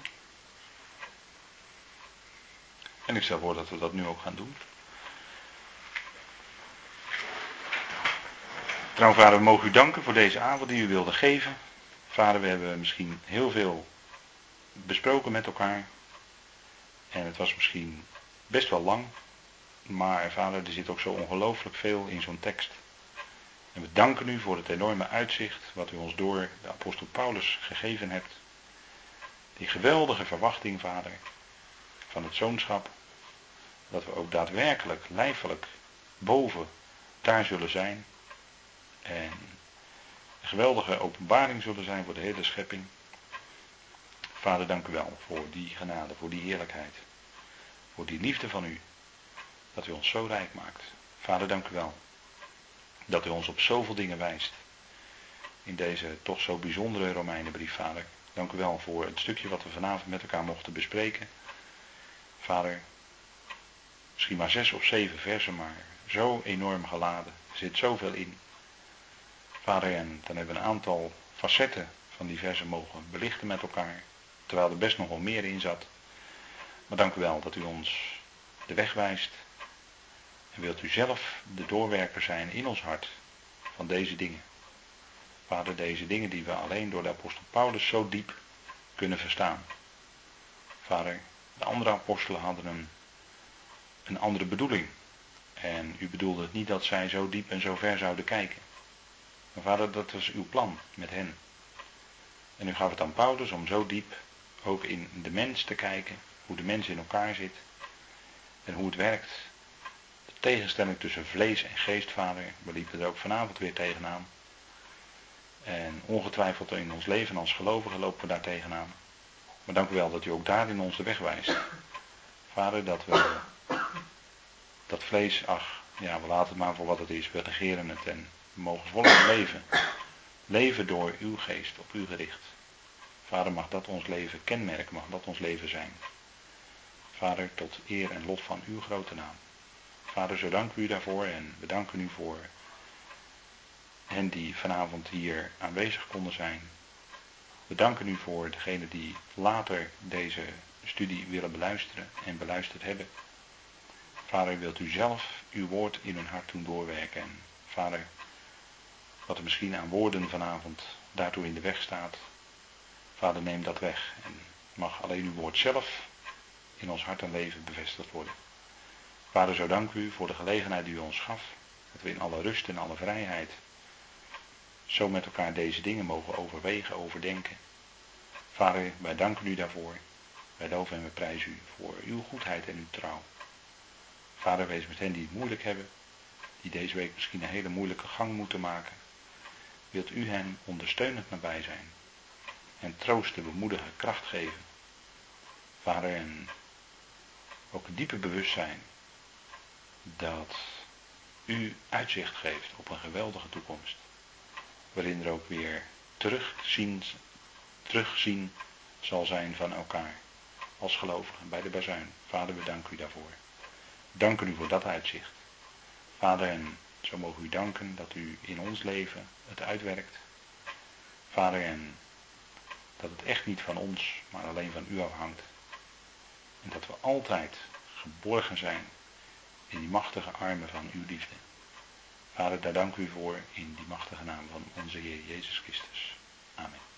En ik stel voor dat we dat nu ook gaan doen. Trouw Vader, we mogen u danken voor deze avond die u wilde geven. Vader, we hebben misschien heel veel besproken met elkaar. En het was misschien best wel lang. Maar Vader, er zit ook zo ongelooflijk veel in zo'n tekst. En we danken u voor het enorme uitzicht wat u ons door de apostel Paulus gegeven hebt. Die geweldige verwachting, Vader, van het zoonschap. Dat we ook daadwerkelijk, lijfelijk, boven daar zullen zijn. En een geweldige openbaring zullen zijn voor de hele schepping. Vader, dank u wel voor die genade, voor die heerlijkheid. Voor die liefde van u. Dat u ons zo rijk maakt. Vader, dank u wel. Dat u ons op zoveel dingen wijst. In deze toch zo bijzondere Romeinenbrief, Vader. Dank u wel voor het stukje wat we vanavond met elkaar mochten bespreken. Vader, misschien maar zes of zeven versen, maar zo enorm geladen. Er zit zoveel in. Vader, en dan hebben we een aantal facetten van die versen mogen belichten met elkaar. Terwijl er best nog wel meer in zat. Maar dank u wel dat u ons de weg wijst. En wilt u zelf de doorwerker zijn in ons hart van deze dingen. Vader, deze dingen die we alleen door de apostel Paulus zo diep kunnen verstaan. Vader, de andere apostelen hadden een, een andere bedoeling. En u bedoelde het niet dat zij zo diep en zo ver zouden kijken. Maar Vader, dat was uw plan met hen. En u gaf het aan Paulus om zo diep ook in de mens te kijken. Hoe de mens in elkaar zit. En hoe het werkt. De tegenstelling tussen vlees en geest, Vader. We liepen er ook vanavond weer tegenaan. En ongetwijfeld in ons leven als gelovigen lopen we daar tegenaan. Maar dank u wel dat u ook daarin ons de weg wijst. Vader, dat we dat vlees, ach, ja, we laten het maar voor wat het is. We negeren het en we mogen volop leven. Leven door uw geest, op u gericht. Vader, mag dat ons leven kenmerken, mag dat ons leven zijn. Vader, tot eer en lof van uw grote naam. Vader, zo danken we u daarvoor en we danken u voor hen die vanavond hier aanwezig konden zijn. We danken u voor degenen die later deze studie willen beluisteren en beluisterd hebben. Vader, wilt u zelf uw woord in hun hart doen doorwerken. En Vader, wat er misschien aan woorden vanavond daartoe in de weg staat. Vader, neem dat weg en mag alleen uw woord zelf in ons hart en leven bevestigd worden. Vader, zo dank u voor de gelegenheid die u ons gaf. Dat we in alle rust en alle vrijheid zo met elkaar deze dingen mogen overwegen, overdenken. Vader, wij danken u daarvoor. Wij loven en we prijzen u voor uw goedheid en uw trouw. Vader, wees met hen die het moeilijk hebben. Die deze week misschien een hele moeilijke gang moeten maken. Wilt u hen ondersteunend nabij zijn. En troosten, bemoedigen, kracht geven. Vader, en ook een diepe bewustzijn dat u uitzicht geeft op een geweldige toekomst. Waarin er ook weer terugzien, terugzien zal zijn van elkaar. Als gelovigen bij de bazuin. Vader, we danken u daarvoor. Danken u voor dat uitzicht. Vader, en zo mogen u danken dat u in ons leven het uitwerkt. Vader, en dat het echt niet van ons, maar alleen van u afhangt. En dat we altijd geborgen zijn in die machtige armen van uw liefde. Vader, daar dank u voor in die machtige naam van onze Heer Jezus Christus. Amen.